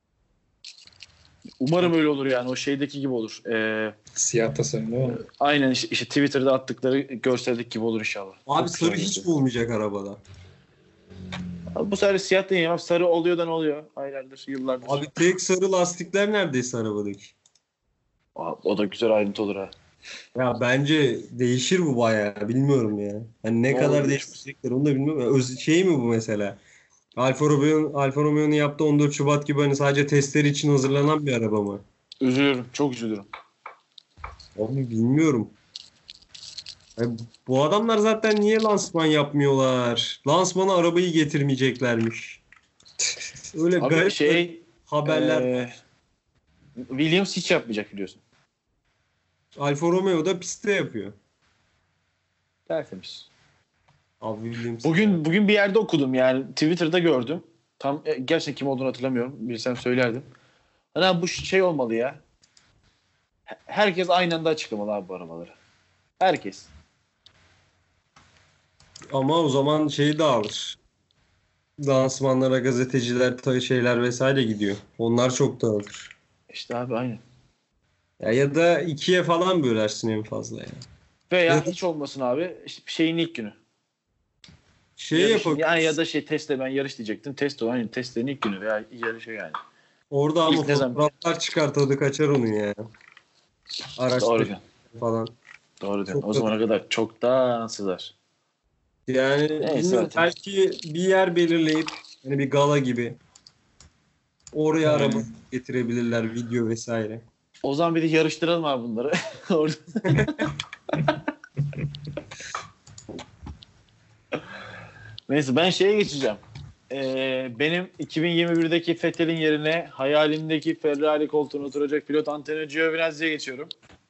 Umarım öyle olur yani. O şeydeki gibi olur. Siyah tasarım değil mi? Aynen işte Twitter'da attıkları görseldeki gibi olur inşallah. Abi Çok sarı güzel hiç oldu. olmayacak arabada. Abi bu sefer siyah değil ya. Sarı oluyor da ne oluyor? Aylardır, yıllardır. Abi tek sarı lastikler neredeyse arabadaki. O da güzel ayrıntı olur ha. Ya bence değişir bu bayağı. Bilmiyorum ya. Hani ne Ne kadar olur? değiştirecekler onu da bilmiyorum. Şey mi bu mesela? Alfa Romeo'nun yaptığı 14 Şubat gibi hani sadece testleri için hazırlanan bir araba mı? Üzülürüm. Çok üzülürüm. Abi bilmiyorum. Yani bu adamlar zaten niye lansman yapmıyorlar? Lansmana arabayı getirmeyeceklermiş. Öyle Abi garip haberler. Williams hiç yapmayacak biliyorsun. Alfa Romeo da pistte yapıyor. Tertemiz. Abi Williams. Bugün bir yerde okudum yani. Twitter'da gördüm. Tam gerçekten kim olduğunu hatırlamıyorum. Bilsem söylerdim. Hani bu şey olmalı ya. Herkes aynı anda açıklamalı abi bu arabaları. Herkes. Ama o zaman şey dağılır. Lansmanlara gazeteciler, şeyler vesaire gidiyor. Onlar çok dağılır. İşte abi aynen. Ya da ikiye falan bölersin en fazla ya. Veya Ya da- hiç olmasın abi. İşte şeyin ilk günü. Şey Yarışın- yapabiliriz. yani ya da testte ben yarış diyecektim. Aynı testlerin ilk günü veya yarışı yani. Orada ama İlk ne zaman? fotoğraflar çıkar, tadı kaçar onun ya. Doğru Araçta diyorsun. falan. Doğru diyorsun. Çok O zamana kadar çoktan sızar. Yani bilmiyorum, zaten. belki bir yer belirleyip hani bir gala gibi oraya araba getirebilirler, video vesaire. O zaman bir de yarıştıralım abi bunları. Orada. Neyse ben şeye geçeceğim. Benim 2021'deki Vettel'in yerine hayalimdeki Ferrari koltuğuna oturacak pilot Antonio Giovinazzi'ye geçiyorum.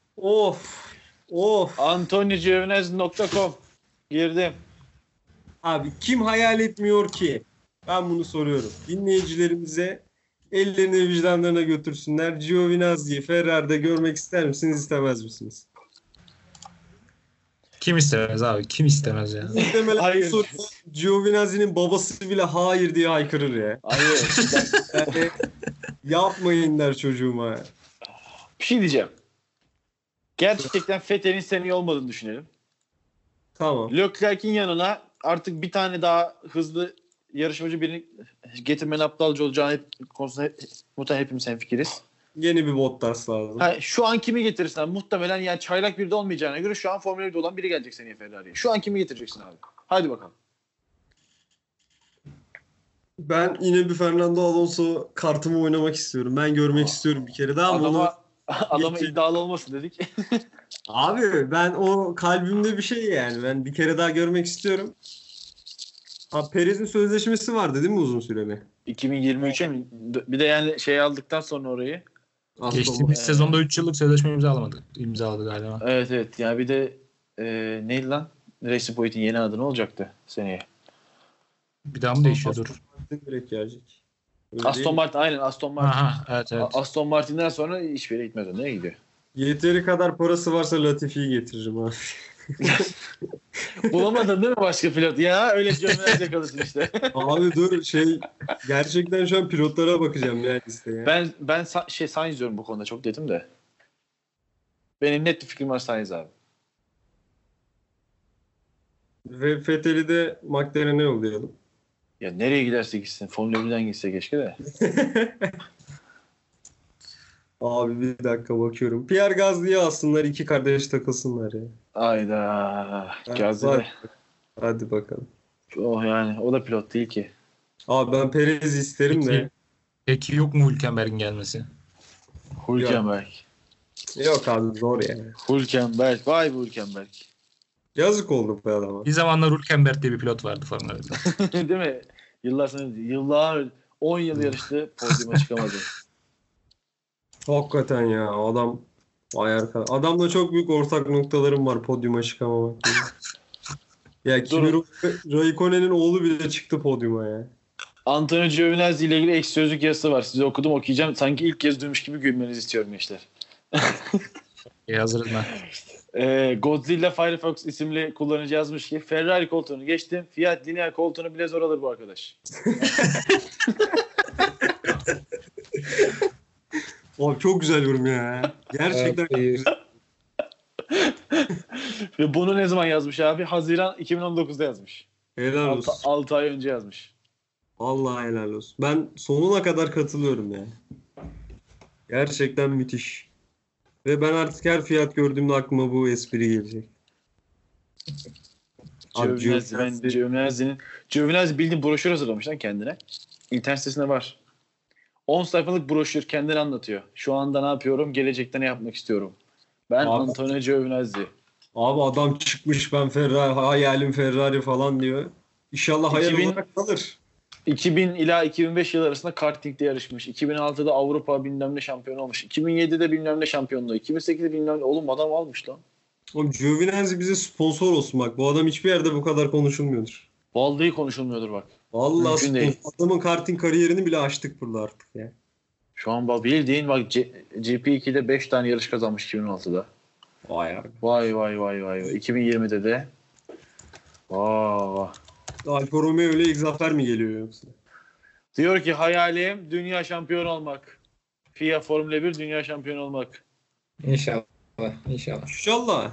Of. AntonioGiovinazzi.com girdim. Abi kim hayal etmiyor ki? Ben bunu soruyorum. Dinleyicilerimize ellerini vicdanlarına götürsünler. Giovinazzi'yi Ferrari'de görmek ister misiniz, istemez misiniz? Kim istemez abi? Kim istemez ya? Muhtemelen bu Hayır. soruda Giovinazzi'nin babası bile hayır diye haykırır ya. Hayır. Yani yapmayın der çocuğuma. Bir şey diyeceğim. Gerçekten Vettel'in sen iyi olmadığını düşünelim. Tamam. Leclerc'in yanına artık bir tane daha hızlı yarışmacı birini getirmenin aptalca olacağını konusunda muhtemelen hepimiz hemfikiriz. Yeni bir Bottas lazım. Ha, şu an kimi getirirsen muhtemelen yani çaylak bir de olmayacağına göre şu an Formula 1'de olan biri gelecek seneye Ferrari'ye. Şu an kimi getireceksin abi? Hadi bakalım. Ben yine bir Fernando Alonso kartımı oynamak istiyorum. Ben görmek istiyorum bir kere daha ama onu... Adama iddialı olmasın dedik. Abi ben o kalbimde bir şey yani. Ben bir kere daha görmek istiyorum. Ha, Perez'in sözleşmesi vardı değil mi uzun süreli? 2023'e mi? Bir de yani şey aldıktan sonra orayı. Geçtiğimiz sezonda 3 yıllık sözleşme imzaladı galiba. Evet yani bir de neydi lan? Racing Point'in yeni adı ne olacaktı seneye? Bir daha mı değişiyor? Dur. Direkt gelecek. Öyle Aston değil. Martin aynen Aston Martin. Aha, evet. Aston Martin'den sonra hiçbir yere gitmez o. Nereye gidiyor? Yeteri kadar parası varsa Latifi'yi getiririm abi. Bulamadın değil mi başka pilot? Ya öyle cömertçe kalırsın işte. Abi dur gerçekten şu an pilotlara bakacağım ya listeye. Ben Sainz diyorum bu konuda çok dedim de. Benim net bir fikrim var Sainz abi. Ve Vettel'i de McLaren'e yollayalım. Ya nereye giderse gitsin. Formula 1'den gitse keşke de. Abi bir dakika bakıyorum. Pierre Gasly'yi alsınlar, iki kardeş takılsınlar ya. Ayda. Gazze. Hadi bakalım. Oh yani o da pilot değil ki. Abi ben Perez'i isterim de. Peki yok mu Hülkenberg'in gelmesi? Hülkenberg. Yok abi zor ya. Hülkenberg. Vay bu Hülkenberg. Yazık oldu bu adama. Bir zamanlar Hülkenberg diye bir pilot vardı Formula 1'de. Değil mi? Yıllar 10 yıl yarıştı. Podyuma çıkamadı. Hakikaten ya adam adamla çok büyük ortak noktalarım var podyuma çıkamamak gibi. Ya Kimi Raikkonen'in oğlu bile çıktı podyuma ya. Antonio Giovinazzi ile ilgili ek sözlük yazısı var. Size okuyacağım. Sanki ilk kez duymuş gibi gülmenizi istiyorum gençler. Hazırız ben. Godzilla Firefox isimli kullanıcı yazmış ki Ferrari koltuğunu geçtim. Fiat Linea koltuğunu bile zor alır bu arkadaş. Abi çok güzel yorum ya. Gerçekten çok güzel. Ve bunu ne zaman yazmış abi? Haziran 2019'da yazmış. Helal olsun. 6 ay önce yazmış. Vallahi helal olsun. Ben sonuna kadar katılıyorum ya. Gerçekten müthiş. Ve ben artık her fiyat gördüğümde aklıma bu espri gelecek. Giovinazzi bildiğin broşür hazırlamış lan kendine. İnternet sitesinde var. 10 sayfalık broşür kendini anlatıyor. Şu anda ne yapıyorum, gelecekte ne yapmak istiyorum. Ben Abi, Antonio Giovinazzi. Abi adam çıkmış ben Ferrari, hayalim Ferrari falan diyor. İnşallah hayal 2000 olarak kalır. 2000 ila 2005 yıl arasında kartingde yarışmış. 2006'da Avrupa bilmem ne şampiyonu olmuş. 2007'de bilmem ne şampiyonluğu. 2008'de bilmem ne. Oğlum adam almış lan. Oğlum Giovinazzi bize sponsor olsun bak. Bu adam hiçbir yerde bu kadar konuşulmuyordur. Vallahi konuşulmuyordur bak. Vallahi Mümkün değil. adamın karting kariyerini bile açtık burada artık ya. Şu an bak bildiğin bak GP2'de 5 tane yarış kazanmış 2006'da. Vay abi. Vay. 2020'de de. Vay. Alfa Romeo ile ilk zafer mi geliyor yoksa? Diyor ki hayalim dünya şampiyonu olmak. FIA Formula 1 dünya şampiyonu olmak. İnşallah. İnşallah. İnşallah.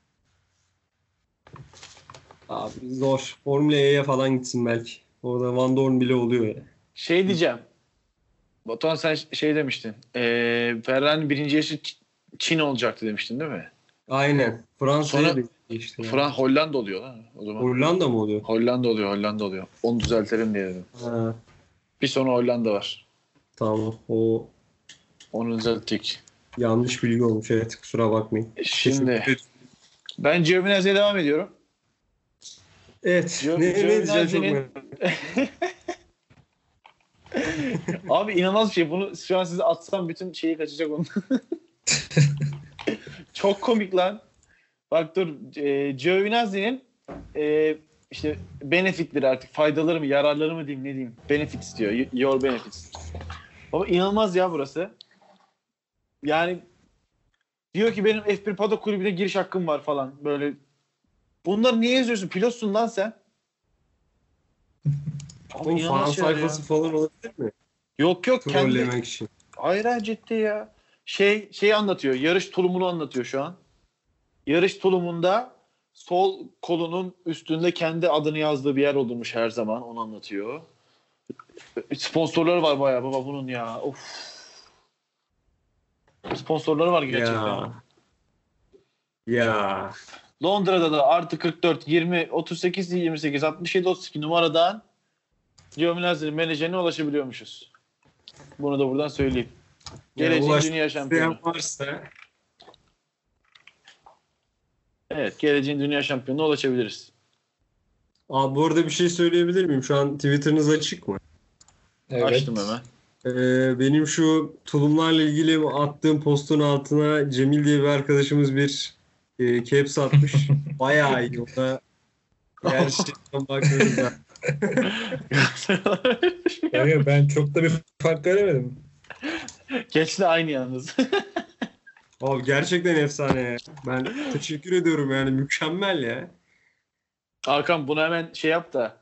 Abi zor. Formula E'ye falan gitsin belki. Orada Van Dorn bile oluyor ya. Şey diyeceğim. Batuhan sen şey demiştin. Ferrari'nin birinci yarışı Çin olacaktı demiştin değil mi? Aynen. Fransa'ya Sonra da geçti. Yani. Hollanda oluyor lan o zaman. Hollanda mı oluyor? Hollanda oluyor. Onu düzeltelim diye dedim. Ha, Bir sonra Hollanda var. tamam. O Onu düzelttik. yanlış bilgi olmuş. Evet kusura bakmayın. Şimdi ben Giovinazzi'ye devam ediyorum. Evet. Ne diyeceğim çok Giovinazzi'nin Abi inanılmaz bir şey. Bunu şu an size atsam bütün şeyi kaçacak onun. Çok komik lan. Bak dur. Giovinazzi'nin işte benefitleri artık faydaları mı yararları mı diyeyim ne diyeyim. Benefits diyor. Your benefits. Baba inanılmaz ya burası. Yani diyor ki benim F1 Paddock kulübüne giriş hakkım var falan. Böyle bunları niye yazıyorsun? Pilotsun lan sen. Abi Onun fan inanılmaz şeyler sayfası ya. falan olabilir mi? Yok kendi. Trollemek için. Hayır ciddi ya. Şey anlatıyor. Yarış tulumunu anlatıyor şu an. Yarış tulumunda sol kolunun üstünde kendi adını yazdığı bir yer olurmuş her zaman. Onu anlatıyor. Sponsorları var bayağı baba bunun ya. Of. Sponsorları var gerçekten. Ya. Londra'da da artı 44 20 38 28 67 32 numaradan Giovinazzi'nin menajerine ulaşabiliyormuşuz. Bunu da buradan söyleyeyim. Geleceğin dünya şampiyonu. Varsa Evet, geleceğin dünya şampiyonuna ulaşabiliriz. Abi bu arada bir şey söyleyebilir miyim? Şu an Twitter'ınız açık mı? Evet. Açtım hemen. Benim şu tulumlarla ilgili attığım postun altına Cemil diye bir arkadaşımız bir caps atmış. Bayağı iyi. O da gerçekten bakıyorum. Yani ben çok da bir fark göremedim. Geçti aynı yalnız. Abi gerçekten efsane ya. Ben teşekkür ediyorum yani mükemmel ya. Hakan bunu hemen şey yap da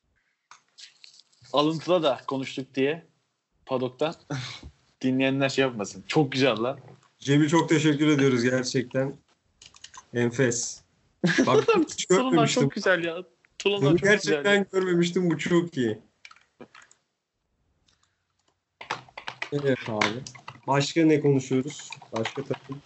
alıntıla da konuştuk diye Paddock'tan dinleyenler şey yapmasın. Çok güzel lan. Cemil çok teşekkür ediyoruz gerçekten. Enfes. Bak hiç Tulumlar görmemiştim. çok güzel ya. Tulumlar Bunu çok gerçekten güzel. görmemiştim. Bu çok iyi. Evet abi. Başka ne konuşuyoruz? Başka takım.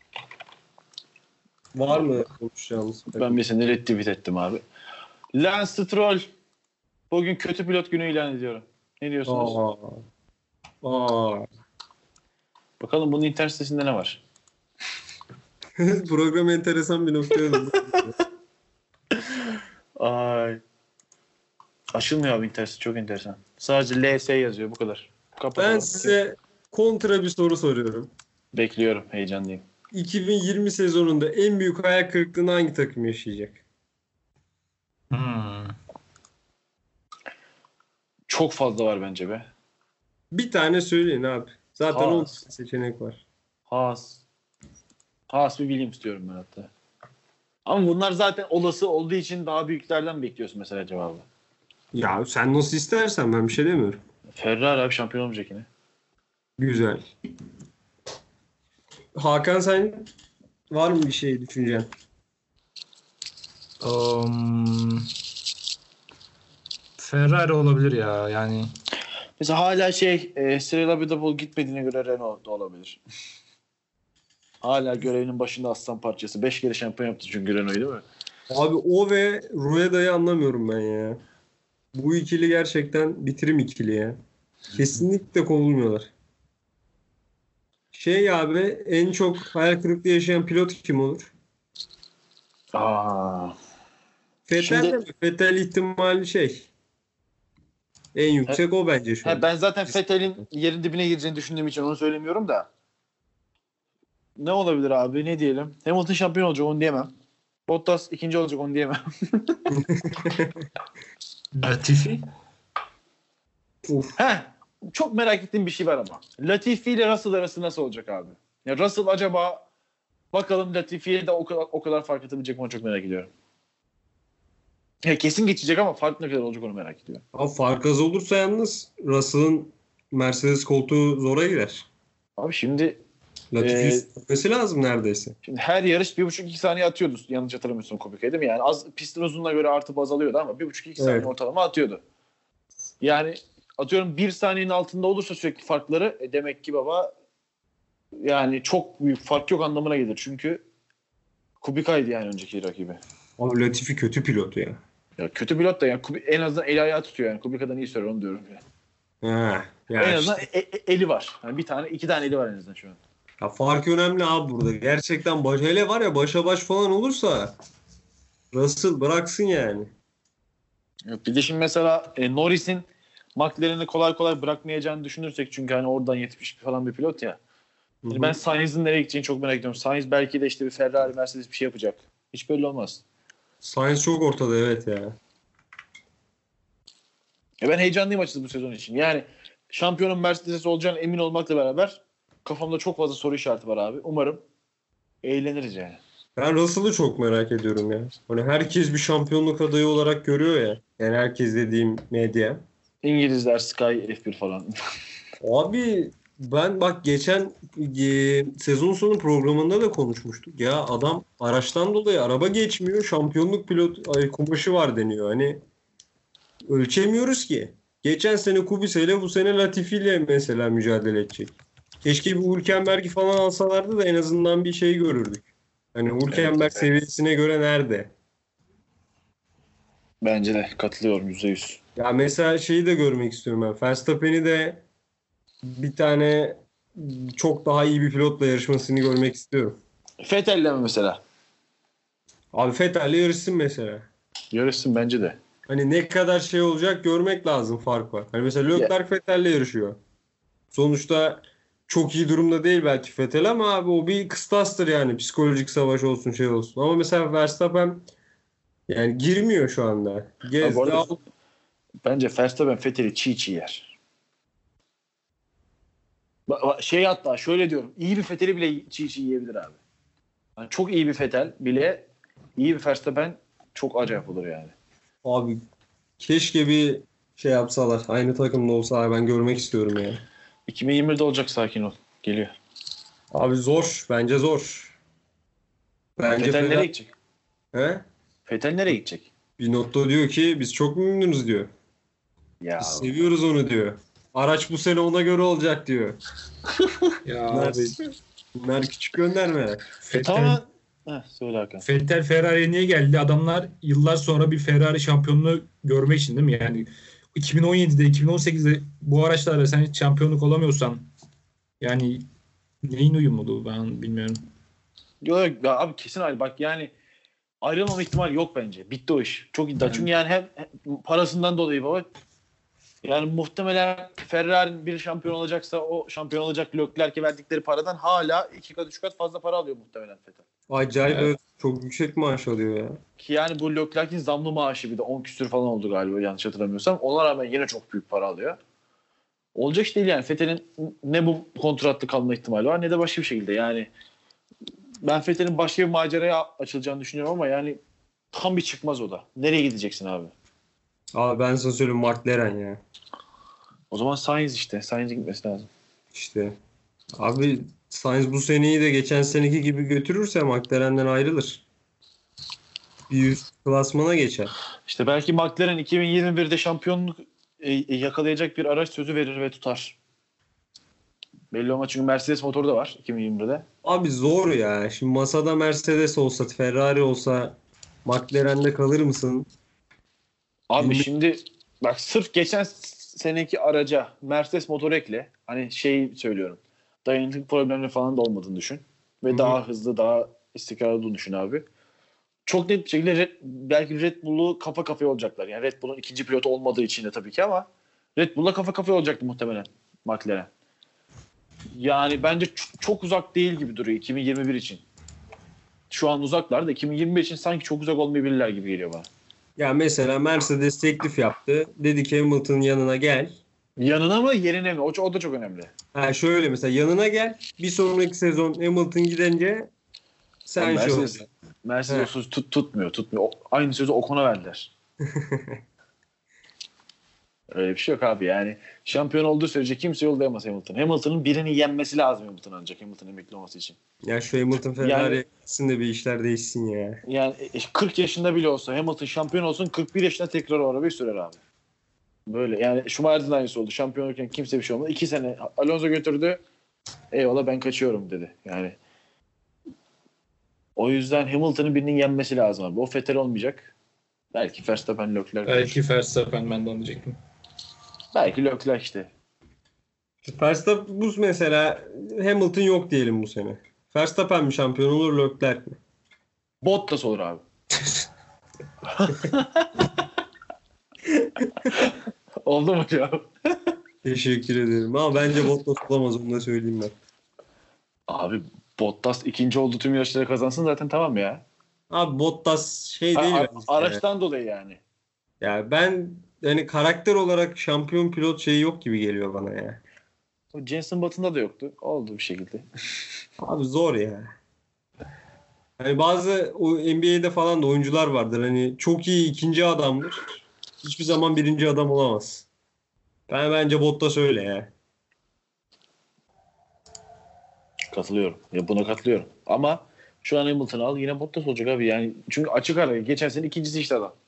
Var mı konuşacağımız? Ben bir seni retweet ettim abi. Lance Stroll bugün kötü pilot günü ilan ediyorum. Ne diyorsunuz? Aa. Bakalım bunun internet sitesinde ne var? Program enteresan bir noktaya döndü. Ay. Açılmıyor abi internet. Çok enteresan. Sadece LS yazıyor bu kadar. Kapatalım. Ben size kontra bir soru soruyorum. Bekliyorum. Heyecanlıyım. 2020 sezonunda en büyük hayal kırıklığını hangi takım yaşayacak? Çok fazla var bence be. Bir tane söyleyin abi. Zaten Haas. 10 seçenek var. Haas. Haas bir Williams diyorum ben hatta. Ama bunlar zaten olası olduğu için daha büyüklerden bekliyorsun mesela cevabı. Ya sen nasıl istersen, ben bir şey demiyorum. Ferrari abi şampiyon olmayacak yine. Güzel. Hakan, sen var mı bir şey düşüncen? Ferrari olabilir ya. Yani Mesela hala Cyril Abiteboul gitmediğine göre Renault da olabilir. Hala görevinin başında aslan parçası. 5 kere şampiyon yaptı çünkü Renault'u değil mi? Abi o ve Rueda'yı anlamıyorum ben ya. Bu ikili gerçekten bitirim ikili ya. Kesinlikle kovulmuyorlar. Abi, en çok hayal kırıklığı yaşayan pilot kim olur? Vettel Şimdi- de mi? Vettel ihtimali en yüksek o bence şu an. Ben zaten Vettel'in yerin dibine gireceğini düşündüğüm için onu söylemiyorum da. Ne olabilir abi? Ne diyelim? Hamilton şampiyon olacak onu diyemem. Bottas ikinci olacak onu diyemem. Latifi. Çok merak ettiğim bir şey var ama. Latifi ile Russell arası nasıl olacak abi? Ya Russell acaba bakalım Latifi'ye de o kadar fark atabilecek mi, onu çok merak ediyorum. Ya kesin geçecek ama fark ne kadar olacak onu merak ediyorum. Abi fark az olursa yalnız Russell'ın Mercedes koltuğu zora girer. Abi şimdi Latifi'yi sürmesi lazım neredeyse. her yarış 1,5-2 saniye atıyordu. Yanlış hatırlamıyorsun Kubica'ya değil mi? Yani pistin uzunluğuna göre artıp azalıyordu ama 1,5-2 saniye Evet. ortalama atıyordu. Yani atıyorum 1 saniyenin altında olursa sürekli farkları demek ki baba yani çok büyük fark yok anlamına gelir. Çünkü Kubica'ydı yani önceki rakibi. Abi Latifi kötü pilot ya. Ya kötü pilot da yani en azından el ayağı tutuyor yani. Kubica'dan iyi sürer onu diyorum yani. Ya En işte. azından eli var. Yani iki tane eli var en azından şu an. Ya fark önemli abi burada. Gerçekten hele var ya başa baş falan olursa Russell bıraksın yani. Yok, bir de şimdi mesela Norris'in McLaren'i kolay kolay bırakmayacağını düşünürsek çünkü hani oradan yetişmiş falan bir pilot ya. Yani ben Sainz'in nereye gideceğini çok merak ediyorum. Sainz belki de işte bir Ferrari, Mercedes bir şey yapacak. Hiç belli olmaz. Sainz çok ortada evet ya. Ben heyecanlıyım açıkçası bu sezon için. Yani şampiyonun Mercedes olacağına emin olmakla beraber kafamda çok fazla soru işareti var abi. Umarım eğleniriz yani. Ben Russell'ı çok merak ediyorum ya. Hani herkes bir şampiyonluk adayı olarak görüyor ya. Yani herkes dediğim medya. İngilizler, Sky, F1 falan. Abi ben bak geçen sezon sonu programında da konuşmuştuk. Ya adam araçtan dolayı araba geçmiyor. Şampiyonluk kumaşı var deniyor. Hani ölçemiyoruz ki. Geçen sene Kubica ile bu sene Latifi ile mesela mücadele edecek. Keşke bir Hülkenberg'i falan alsalardı da en azından bir şey görürdük. Hani Hülkenberg seviyesine göre nerede? Bence de katılıyorum %100. Ya mesela şeyi de görmek istiyorum ben. Verstappen'i de bir tane çok daha iyi bir pilotla yarışmasını görmek istiyorum. Vettel'le mi mesela? Abi Vettel'le yarışsın mesela. Yarışsın bence de. Hani ne kadar şey olacak görmek lazım, fark var. Hani mesela Leclerc Vettel'le yarışıyor. Sonuçta çok iyi durumda değil belki Vettel ama abi o bir kıstastır yani. Psikolojik savaş olsun şey olsun. Ama mesela Verstappen yani girmiyor şu anda. Bence Verstappen Vettel'i çiğ yer. Hatta şöyle diyorum. İyi bir Vettel'i bile çiğ yiyebilir abi. Yani çok iyi bir Vettel bile iyi bir Verstappen çok acayip olur yani. Abi keşke bir şey yapsalar. Aynı takımda olsa ben görmek istiyorum ya. 2021'de olacak, sakin ol. Geliyor. Abi zor. Bence zor. Bence Vettel nereye gidecek? He? Vettel nereye gidecek? Binotto diyor ki biz çok memnunuz diyor. Ya Biz seviyoruz onu diyor. Araç bu sene ona göre olacak diyor. Ya Bunlar küçük göndermeler. tamam. Söyle Hakan. Vettel Ferrari'ye niye geldi? Adamlar yıllar sonra bir Ferrari şampiyonluğu görmek için değil mi? Yani 2017'de, 2018'de bu araçlarla sen hiç şampiyonluk olamıyorsan yani neyin uyumluluğu ben bilmiyorum. Yok ya abi kesin ayrı. Bak yani ayrılmama ihtimali yok bence. Bitti o iş. Çok iddia. Çünkü yani hem parasından dolayı baba. Yani muhtemelen Ferrari'nin bir şampiyon olacaksa o şampiyon olacak Leclerc'e verdikleri paradan hala 2 kat 3 kat fazla para alıyor muhtemelen Vettel. Acayip evet. Çok yüksek maaş alıyor ya. Ki yani bu Leclerc'in zamlı maaşı bir de 10 küsür falan oldu galiba yanlış hatırlamıyorsam. Ona rağmen yine çok büyük para alıyor. Olacak iş değil yani. Vettel'in ne bu kontratlı kalma ihtimali var ne de başka bir şekilde. Yani ben Vettel'in başka bir maceraya açılacağını düşünüyorum ama yani tam bir çıkmaz o da. Nereye gideceksin abi? Abi ben sana söyleyeyim McLaren ya. O zaman Sainz işte. Sainz'e gitmesi lazım. İşte. Abi Sainz bu seneyi de geçen seneki gibi götürürse McLaren'den ayrılır. Bir üst klasmana geçer. İşte belki McLaren 2021'de şampiyonluk yakalayacak bir araç sözü verir ve tutar. Belli olmaz çünkü Mercedes motoru da var 2021'de. Abi zor ya. Şimdi masada Mercedes olsa, Ferrari olsa McLaren'de kalır mısın? Abi şimdi bak sırf geçen seneki araca Mercedes motoru ekle. Hani şey söylüyorum. Dayanıklık problemleri falan da olmadığını düşün. Ve daha hızlı, daha istikrarlı olduğunu düşün abi. Çok net bir şekilde belki Red Bull'u kafa kafaya olacaklar. Yani Red Bull'un ikinci pilotu olmadığı için de tabii ki ama Red Bull'la kafa kafaya olacaktı muhtemelen McLaren. Yani bence çok uzak değil gibi duruyor 2021 için. Şu an uzaklar da 2021 için sanki çok uzak olmayabilirler gibi geliyor bana. Ya mesela Mercedes teklif yaptı. Dedi ki Hamilton'ın yanına gel. Yanına mı yerine mi? O da çok önemli. Ha şöyle mesela yanına gel. Bir sonraki sezon Hamilton gidince sen Mercedes tutmuyor. Aynı sözü Ocon'a verdiler. Öyle bir şey yok abi yani. Şampiyon olduğu sürece kimse yollayamaz Hamilton. Hamilton'ın birini yenmesi lazım Hamilton ancak Hamilton'ın emekli olması için. Ya şu Hamilton Ferrari'ye gitsin de bir işler değişsin ya. Yani 40 yaşında bile olsa Hamilton şampiyon olsun 41 yaşında tekrar o arabayı sürer abi. Böyle yani Schumacher'ın aynısı oldu. Şampiyon olurken kimse bir şey olmadı. 2 sene Alonso götürdü. Eyvallah ben kaçıyorum dedi. Yani o yüzden Hamilton'ın birinin yenmesi lazım abi. O Vettel olmayacak. Belki Verstappen, Leclerc. Belki Verstappen ben de onu diyecektim. Belki Leclerc işte. Verstappen bu mesela Hamilton yok diyelim bu sene. Verstappen mi şampiyon olur Leclerc mi? Bottas olur abi. Oldu mu cevap? Teşekkür ederim. Ama bence Bottas olamaz onu da söyleyeyim ben. Abi Bottas ikinci olduğu tüm yarışları kazansın zaten tamam ya. Abi Bottas şey değil mi? Araçtan dolayı yani. Ya ben hani karakter olarak şampiyon pilot şeyi yok gibi geliyor bana ya. O Jenson Button'da da yoktu. Oldu bir şekilde. Abi zor ya. Hani bazı o NBA'de falan da oyuncular vardır. Hani çok iyi ikinci adamdır. Hiçbir zaman birinci adam olamaz. Bence Bottas öyle ya. Katılıyorum. Ya buna katılıyorum. Ama şu an Hamilton'ı al yine Bottas olacak abi yani. Çünkü açık ara geçen sene ikincisi işte adam.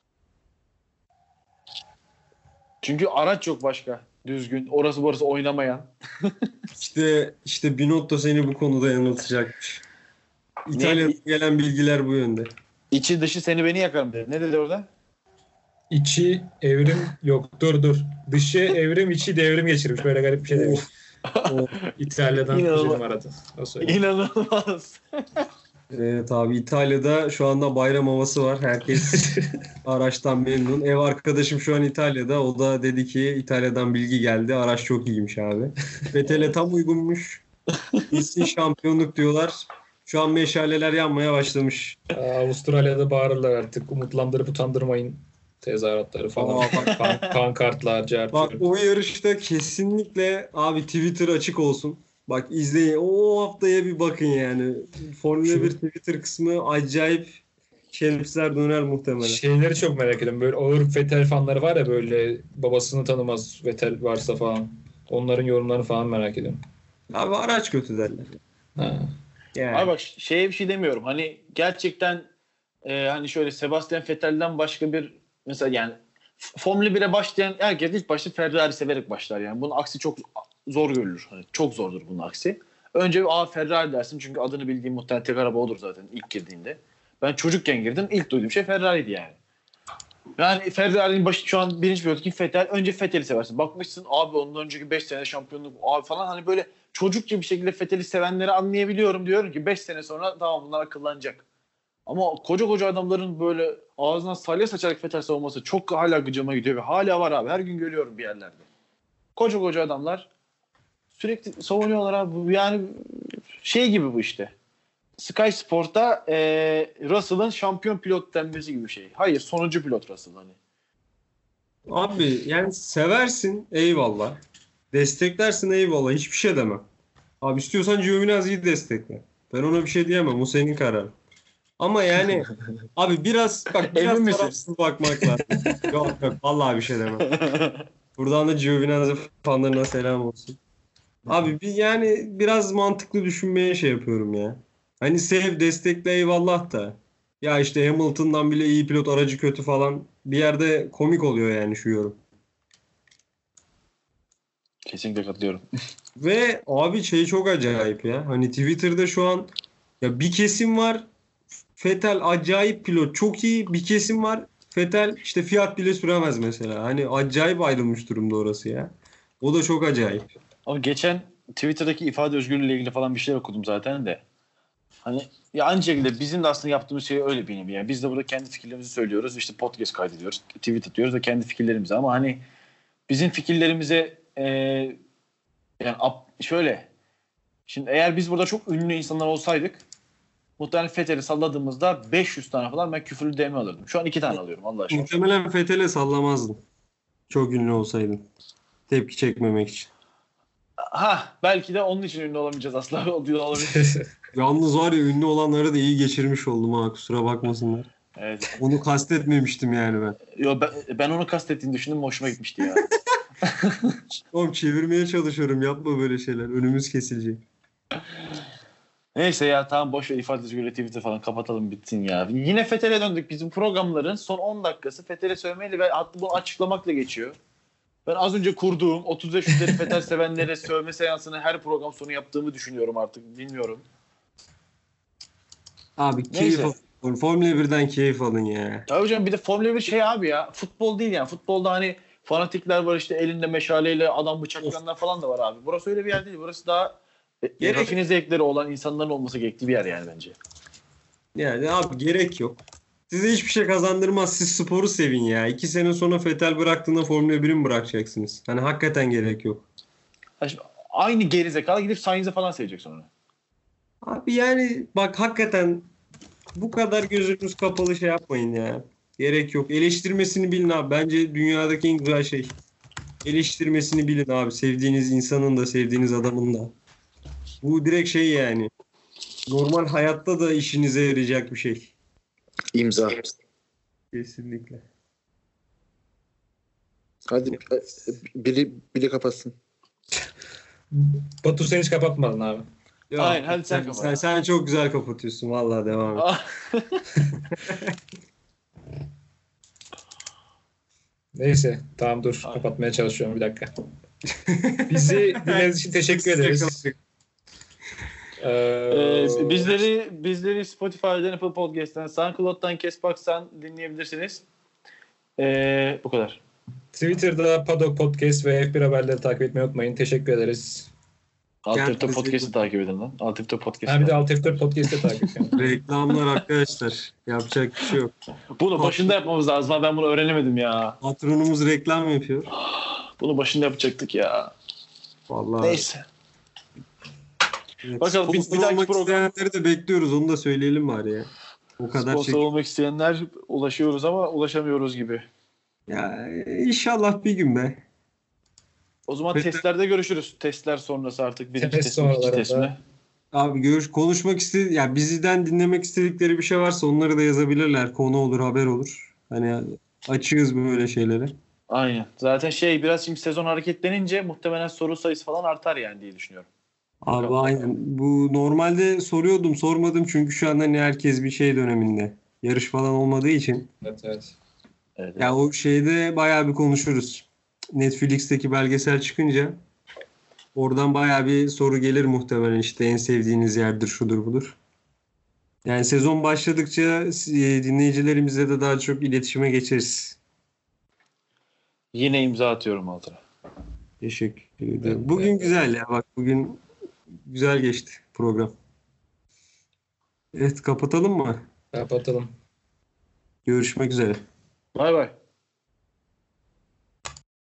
Çünkü araç yok başka. Düzgün. Orası burası oynamayan. İşte Binotto seni bu konuda yanıltacakmış. İtalya'dan gelen bilgiler bu yönde. İçi dışı seni beni yakarım dedi. Ne dedi orada? İçi evrim yok dur. Dışı evrim içi devrim geçirmiş. Böyle garip bir şey demiş. O İtalya'dan izledim arada. İnanılmaz. Evet abi İtalya'da şu anda bayram havası var. Herkes araçtan memnun. Ev arkadaşım şu an İtalya'da. O da dedi ki İtalya'dan bilgi geldi. Araç çok iyiymiş abi. Vettel'e tam uygunmuş. İlsin şampiyonluk diyorlar. Şu an meşaleler yanmaya başlamış. Avustralya'da bağırırlar artık. Umutlandırıp utandırmayın tezahüratları falan. Pankartlar, Bak o yarışta kesinlikle abi Twitter açık olsun. Bak izleyin. O haftaya bir bakın yani. Formula 1 Twitter kısmı acayip şerefsizler döner muhtemelen. Şeyleri çok merak ediyorum. Böyle ağır Vettel fanları var ya böyle babasını tanımaz Vettel varsa falan. Onların yorumlarını falan merak ediyorum. Abi araç kötü derler. Ha. Yani. Abi bak şeye bir şey demiyorum. Hani gerçekten hani şöyle Sebastian Vettel'den başka bir mesela yani Formula 1'e başlayan herkes ilk başta Ferrari severek başlar yani. Bunun aksi çok zor görülür. Hani çok zordur bunun aksi. Önce Ferrari dersin çünkü adını bildiğim muhtemelen tek araba odur zaten ilk girdiğinde. Ben çocukken girdim. İlk duyduğum şey Ferrari'ydi yani. Yani Ferrari'nin başı şu an birinci pilot kim? Vettel. Önce Vettel'i seversin. Bakmışsın abi onun önceki 5 sene şampiyonluk abi falan hani böyle çocukça bir şekilde Vettel'i sevenleri anlayabiliyorum. Diyorum ki 5 sene sonra tamam bunlar akıllanacak. Ama koca koca adamların böyle ağzından salya saçarak Vettel savunması çok hala gıcıma gidiyor ve hala var abi. Her gün görüyorum bir yerlerde. Koca koca adamlar sürekli savunuyorlar abi. Yani şey gibi bu işte. Sky Sport'ta Russell'ın şampiyon pilot denmesi gibi bir şey. Hayır, sonuncu pilot Russell hani. Abi yani seversin eyvallah. Desteklersin eyvallah. Hiçbir şey demem. Abi istiyorsan Giovinazzi'yi destekle. Ben ona bir şey diyemem. O senin kararın. Ama yani abi biraz Emin misin? tarafsız bakmak lazım. Yok vallahi bir şey demem. Buradan da Giovinazzi fanlarına selam olsun. Abi yani biraz mantıklı düşünmeye şey yapıyorum ya. Hani sev destekle eyvallah da. Ya işte Hamilton'dan bile iyi pilot aracı kötü falan. Bir yerde komik oluyor yani şu yorum. Kesinlikle katılıyorum. Ve abi şey çok acayip ya. Hani Twitter'da şu an ya bir kesim var. Vettel acayip pilot çok iyi. Bir kesim var. Vettel işte Fiat bile süremez mesela. Hani acayip ayrılmış durumda orası ya. O da çok acayip. Ama geçen Twitter'daki ifade özgürlüğü ile ilgili falan bir şeyler okudum zaten de. Hani ya aynı şekilde bizim de aslında yaptığımız şey öyle bir nevi. Yani biz de burada kendi fikirlerimizi söylüyoruz. İşte podcast kaydediyoruz. Tweet atıyoruz ve kendi fikirlerimizi. Ama hani bizim fikirlerimize yani şöyle. Şimdi eğer biz burada çok ünlü insanlar olsaydık muhtemelen Vettel'i salladığımızda 500 tane falan ben küfürlü DM alırdım. Şu an 2 tane alıyorum Allah aşkına. Muhtemelen Vettel'e sallamazdım. Çok ünlü olsaydın. Tepki çekmemek için. Belki de onun için ünlü olamayacağız asla. O diyor olabilir. Yalnız var ya ünlü olanları da iyi geçirmiş oldum ha kusura bakmasınlar. Evet. Onu kastetmemiştim yani ben. Yo, ben onu kastettiğini düşündüm. Hoşuma gitmişti ya. Oğlum çevirmeye çalışıyorum yapma böyle şeyler. Önümüz kesilecek. Neyse ya tamam boş ver ifade özgürlüğü Twitter falan kapatalım bitsin ya. Yine Vettel'e döndük. Bizim programların son 10 dakikası Vettel'e sövmeyle ve hatta bunu açıklamakla geçiyor. Ben az önce kurduğum 35 üzeri Vettel sevenlere sövme seansını her program sonu yaptığımı düşünüyorum artık. Bilmiyorum. Abi keyif Neyse. alın. Formula 1'den keyif alın ya. Tabii hocam bir de Formula 1 şey abi ya. Futbol değil yani. Futbolda hani fanatikler var işte elinde meşaleyle adam bıçaklayanlar falan da var abi. Burası öyle bir yer değil. Burası daha rafine zevkleri olan insanların olması gerektiği bir yer yani bence. Yani abi gerek yok. Size hiçbir şey kazandırmaz. Siz sporu sevin ya. 2 sene sonra Vettel bıraktığında Formula 1'i mi bırakacaksınız? Hani hakikaten gerek yok. Aynı gerizekalı gidip Sainz'e falan sevecek sonra. Abi yani bak hakikaten bu kadar gözünüz kapalı şey yapmayın ya. Gerek yok. Eleştirmesini bilin abi. Bence dünyadaki en güzel şey. Eleştirmesini bilin abi. Sevdiğiniz insanın da sevdiğiniz adamın da. Bu direkt şey yani. Normal hayatta da işinize yarayacak bir şey. İmza. Kesinlikle. Hadi biri kapatsın. Batu sen hiç kapatmadın abi. Ya, Aynen, hadi sen kapat. sen çok güzel kapatıyorsun. Vallahi devam et. Neyse tamam dur kapatmaya çalışıyorum bir dakika. Bizi dinlediğiniz için teşekkür ederiz. Bizleri Spotify'dan, Apple Podcast'tan, SoundCloud'dan, Castbox'tan dinleyebilirsiniz. Bu kadar. Twitter'da Paddock Podcast ve F1 Haberleri takip etmeyi unutmayın. Teşekkür ederiz. Alt F4 Kendinize Podcast'ı takip edin lan. Alt F4 Podcast'ı. Ha bir de Alt F4 Podcast'ı takip edin. Reklamlar arkadaşlar. Yapacak bir şey yok. Bunu başında yapmamız lazım. Ha, ben bunu öğrenemedim ya. Patronumuz reklam yapıyor. Bunu başında yapacaktık ya. Vallahi. Neyse. Evet. Bakalım, bir Sponsor dahaki olmak program- isteyenleri de bekliyoruz. Onu da söyleyelim bari ya. O kadar Sponsor şey. olmak isteyenler ulaşıyoruz ama ulaşamıyoruz gibi. Ya inşallah bir gün be. O zaman Peki. testlerde görüşürüz. Testler sonrası artık birinci Test test mi, ikinci sonralarında. test mi? Abi konuşmak ya bizden dinlemek istedikleri bir şey varsa onları da yazabilirler. Konu olur, haber olur. Hani açığız böyle şeylere. Aynen. Zaten biraz şimdi sezon hareketlenince muhtemelen soru sayısı falan artar yani diye düşünüyorum. Abi Bakalım. aynen. Bu normalde soruyordum, sormadım çünkü şu anda hani herkes bir şey döneminde. Yarış falan olmadığı için. Evet. Evet. Ya o şeyde bayağı bir konuşuruz. Netflix'teki belgesel çıkınca oradan bayağı bir soru gelir muhtemelen işte en sevdiğiniz yerdir şudur budur. Yani sezon başladıkça dinleyicilerimizle de daha çok iletişime geçeriz. Yine imza atıyorum altına. Teşekkür ederim. Bugün güzel ya. Bak bugün güzel geçti program. Evet, kapatalım mı? Kapatalım. Görüşmek üzere. Bay bay.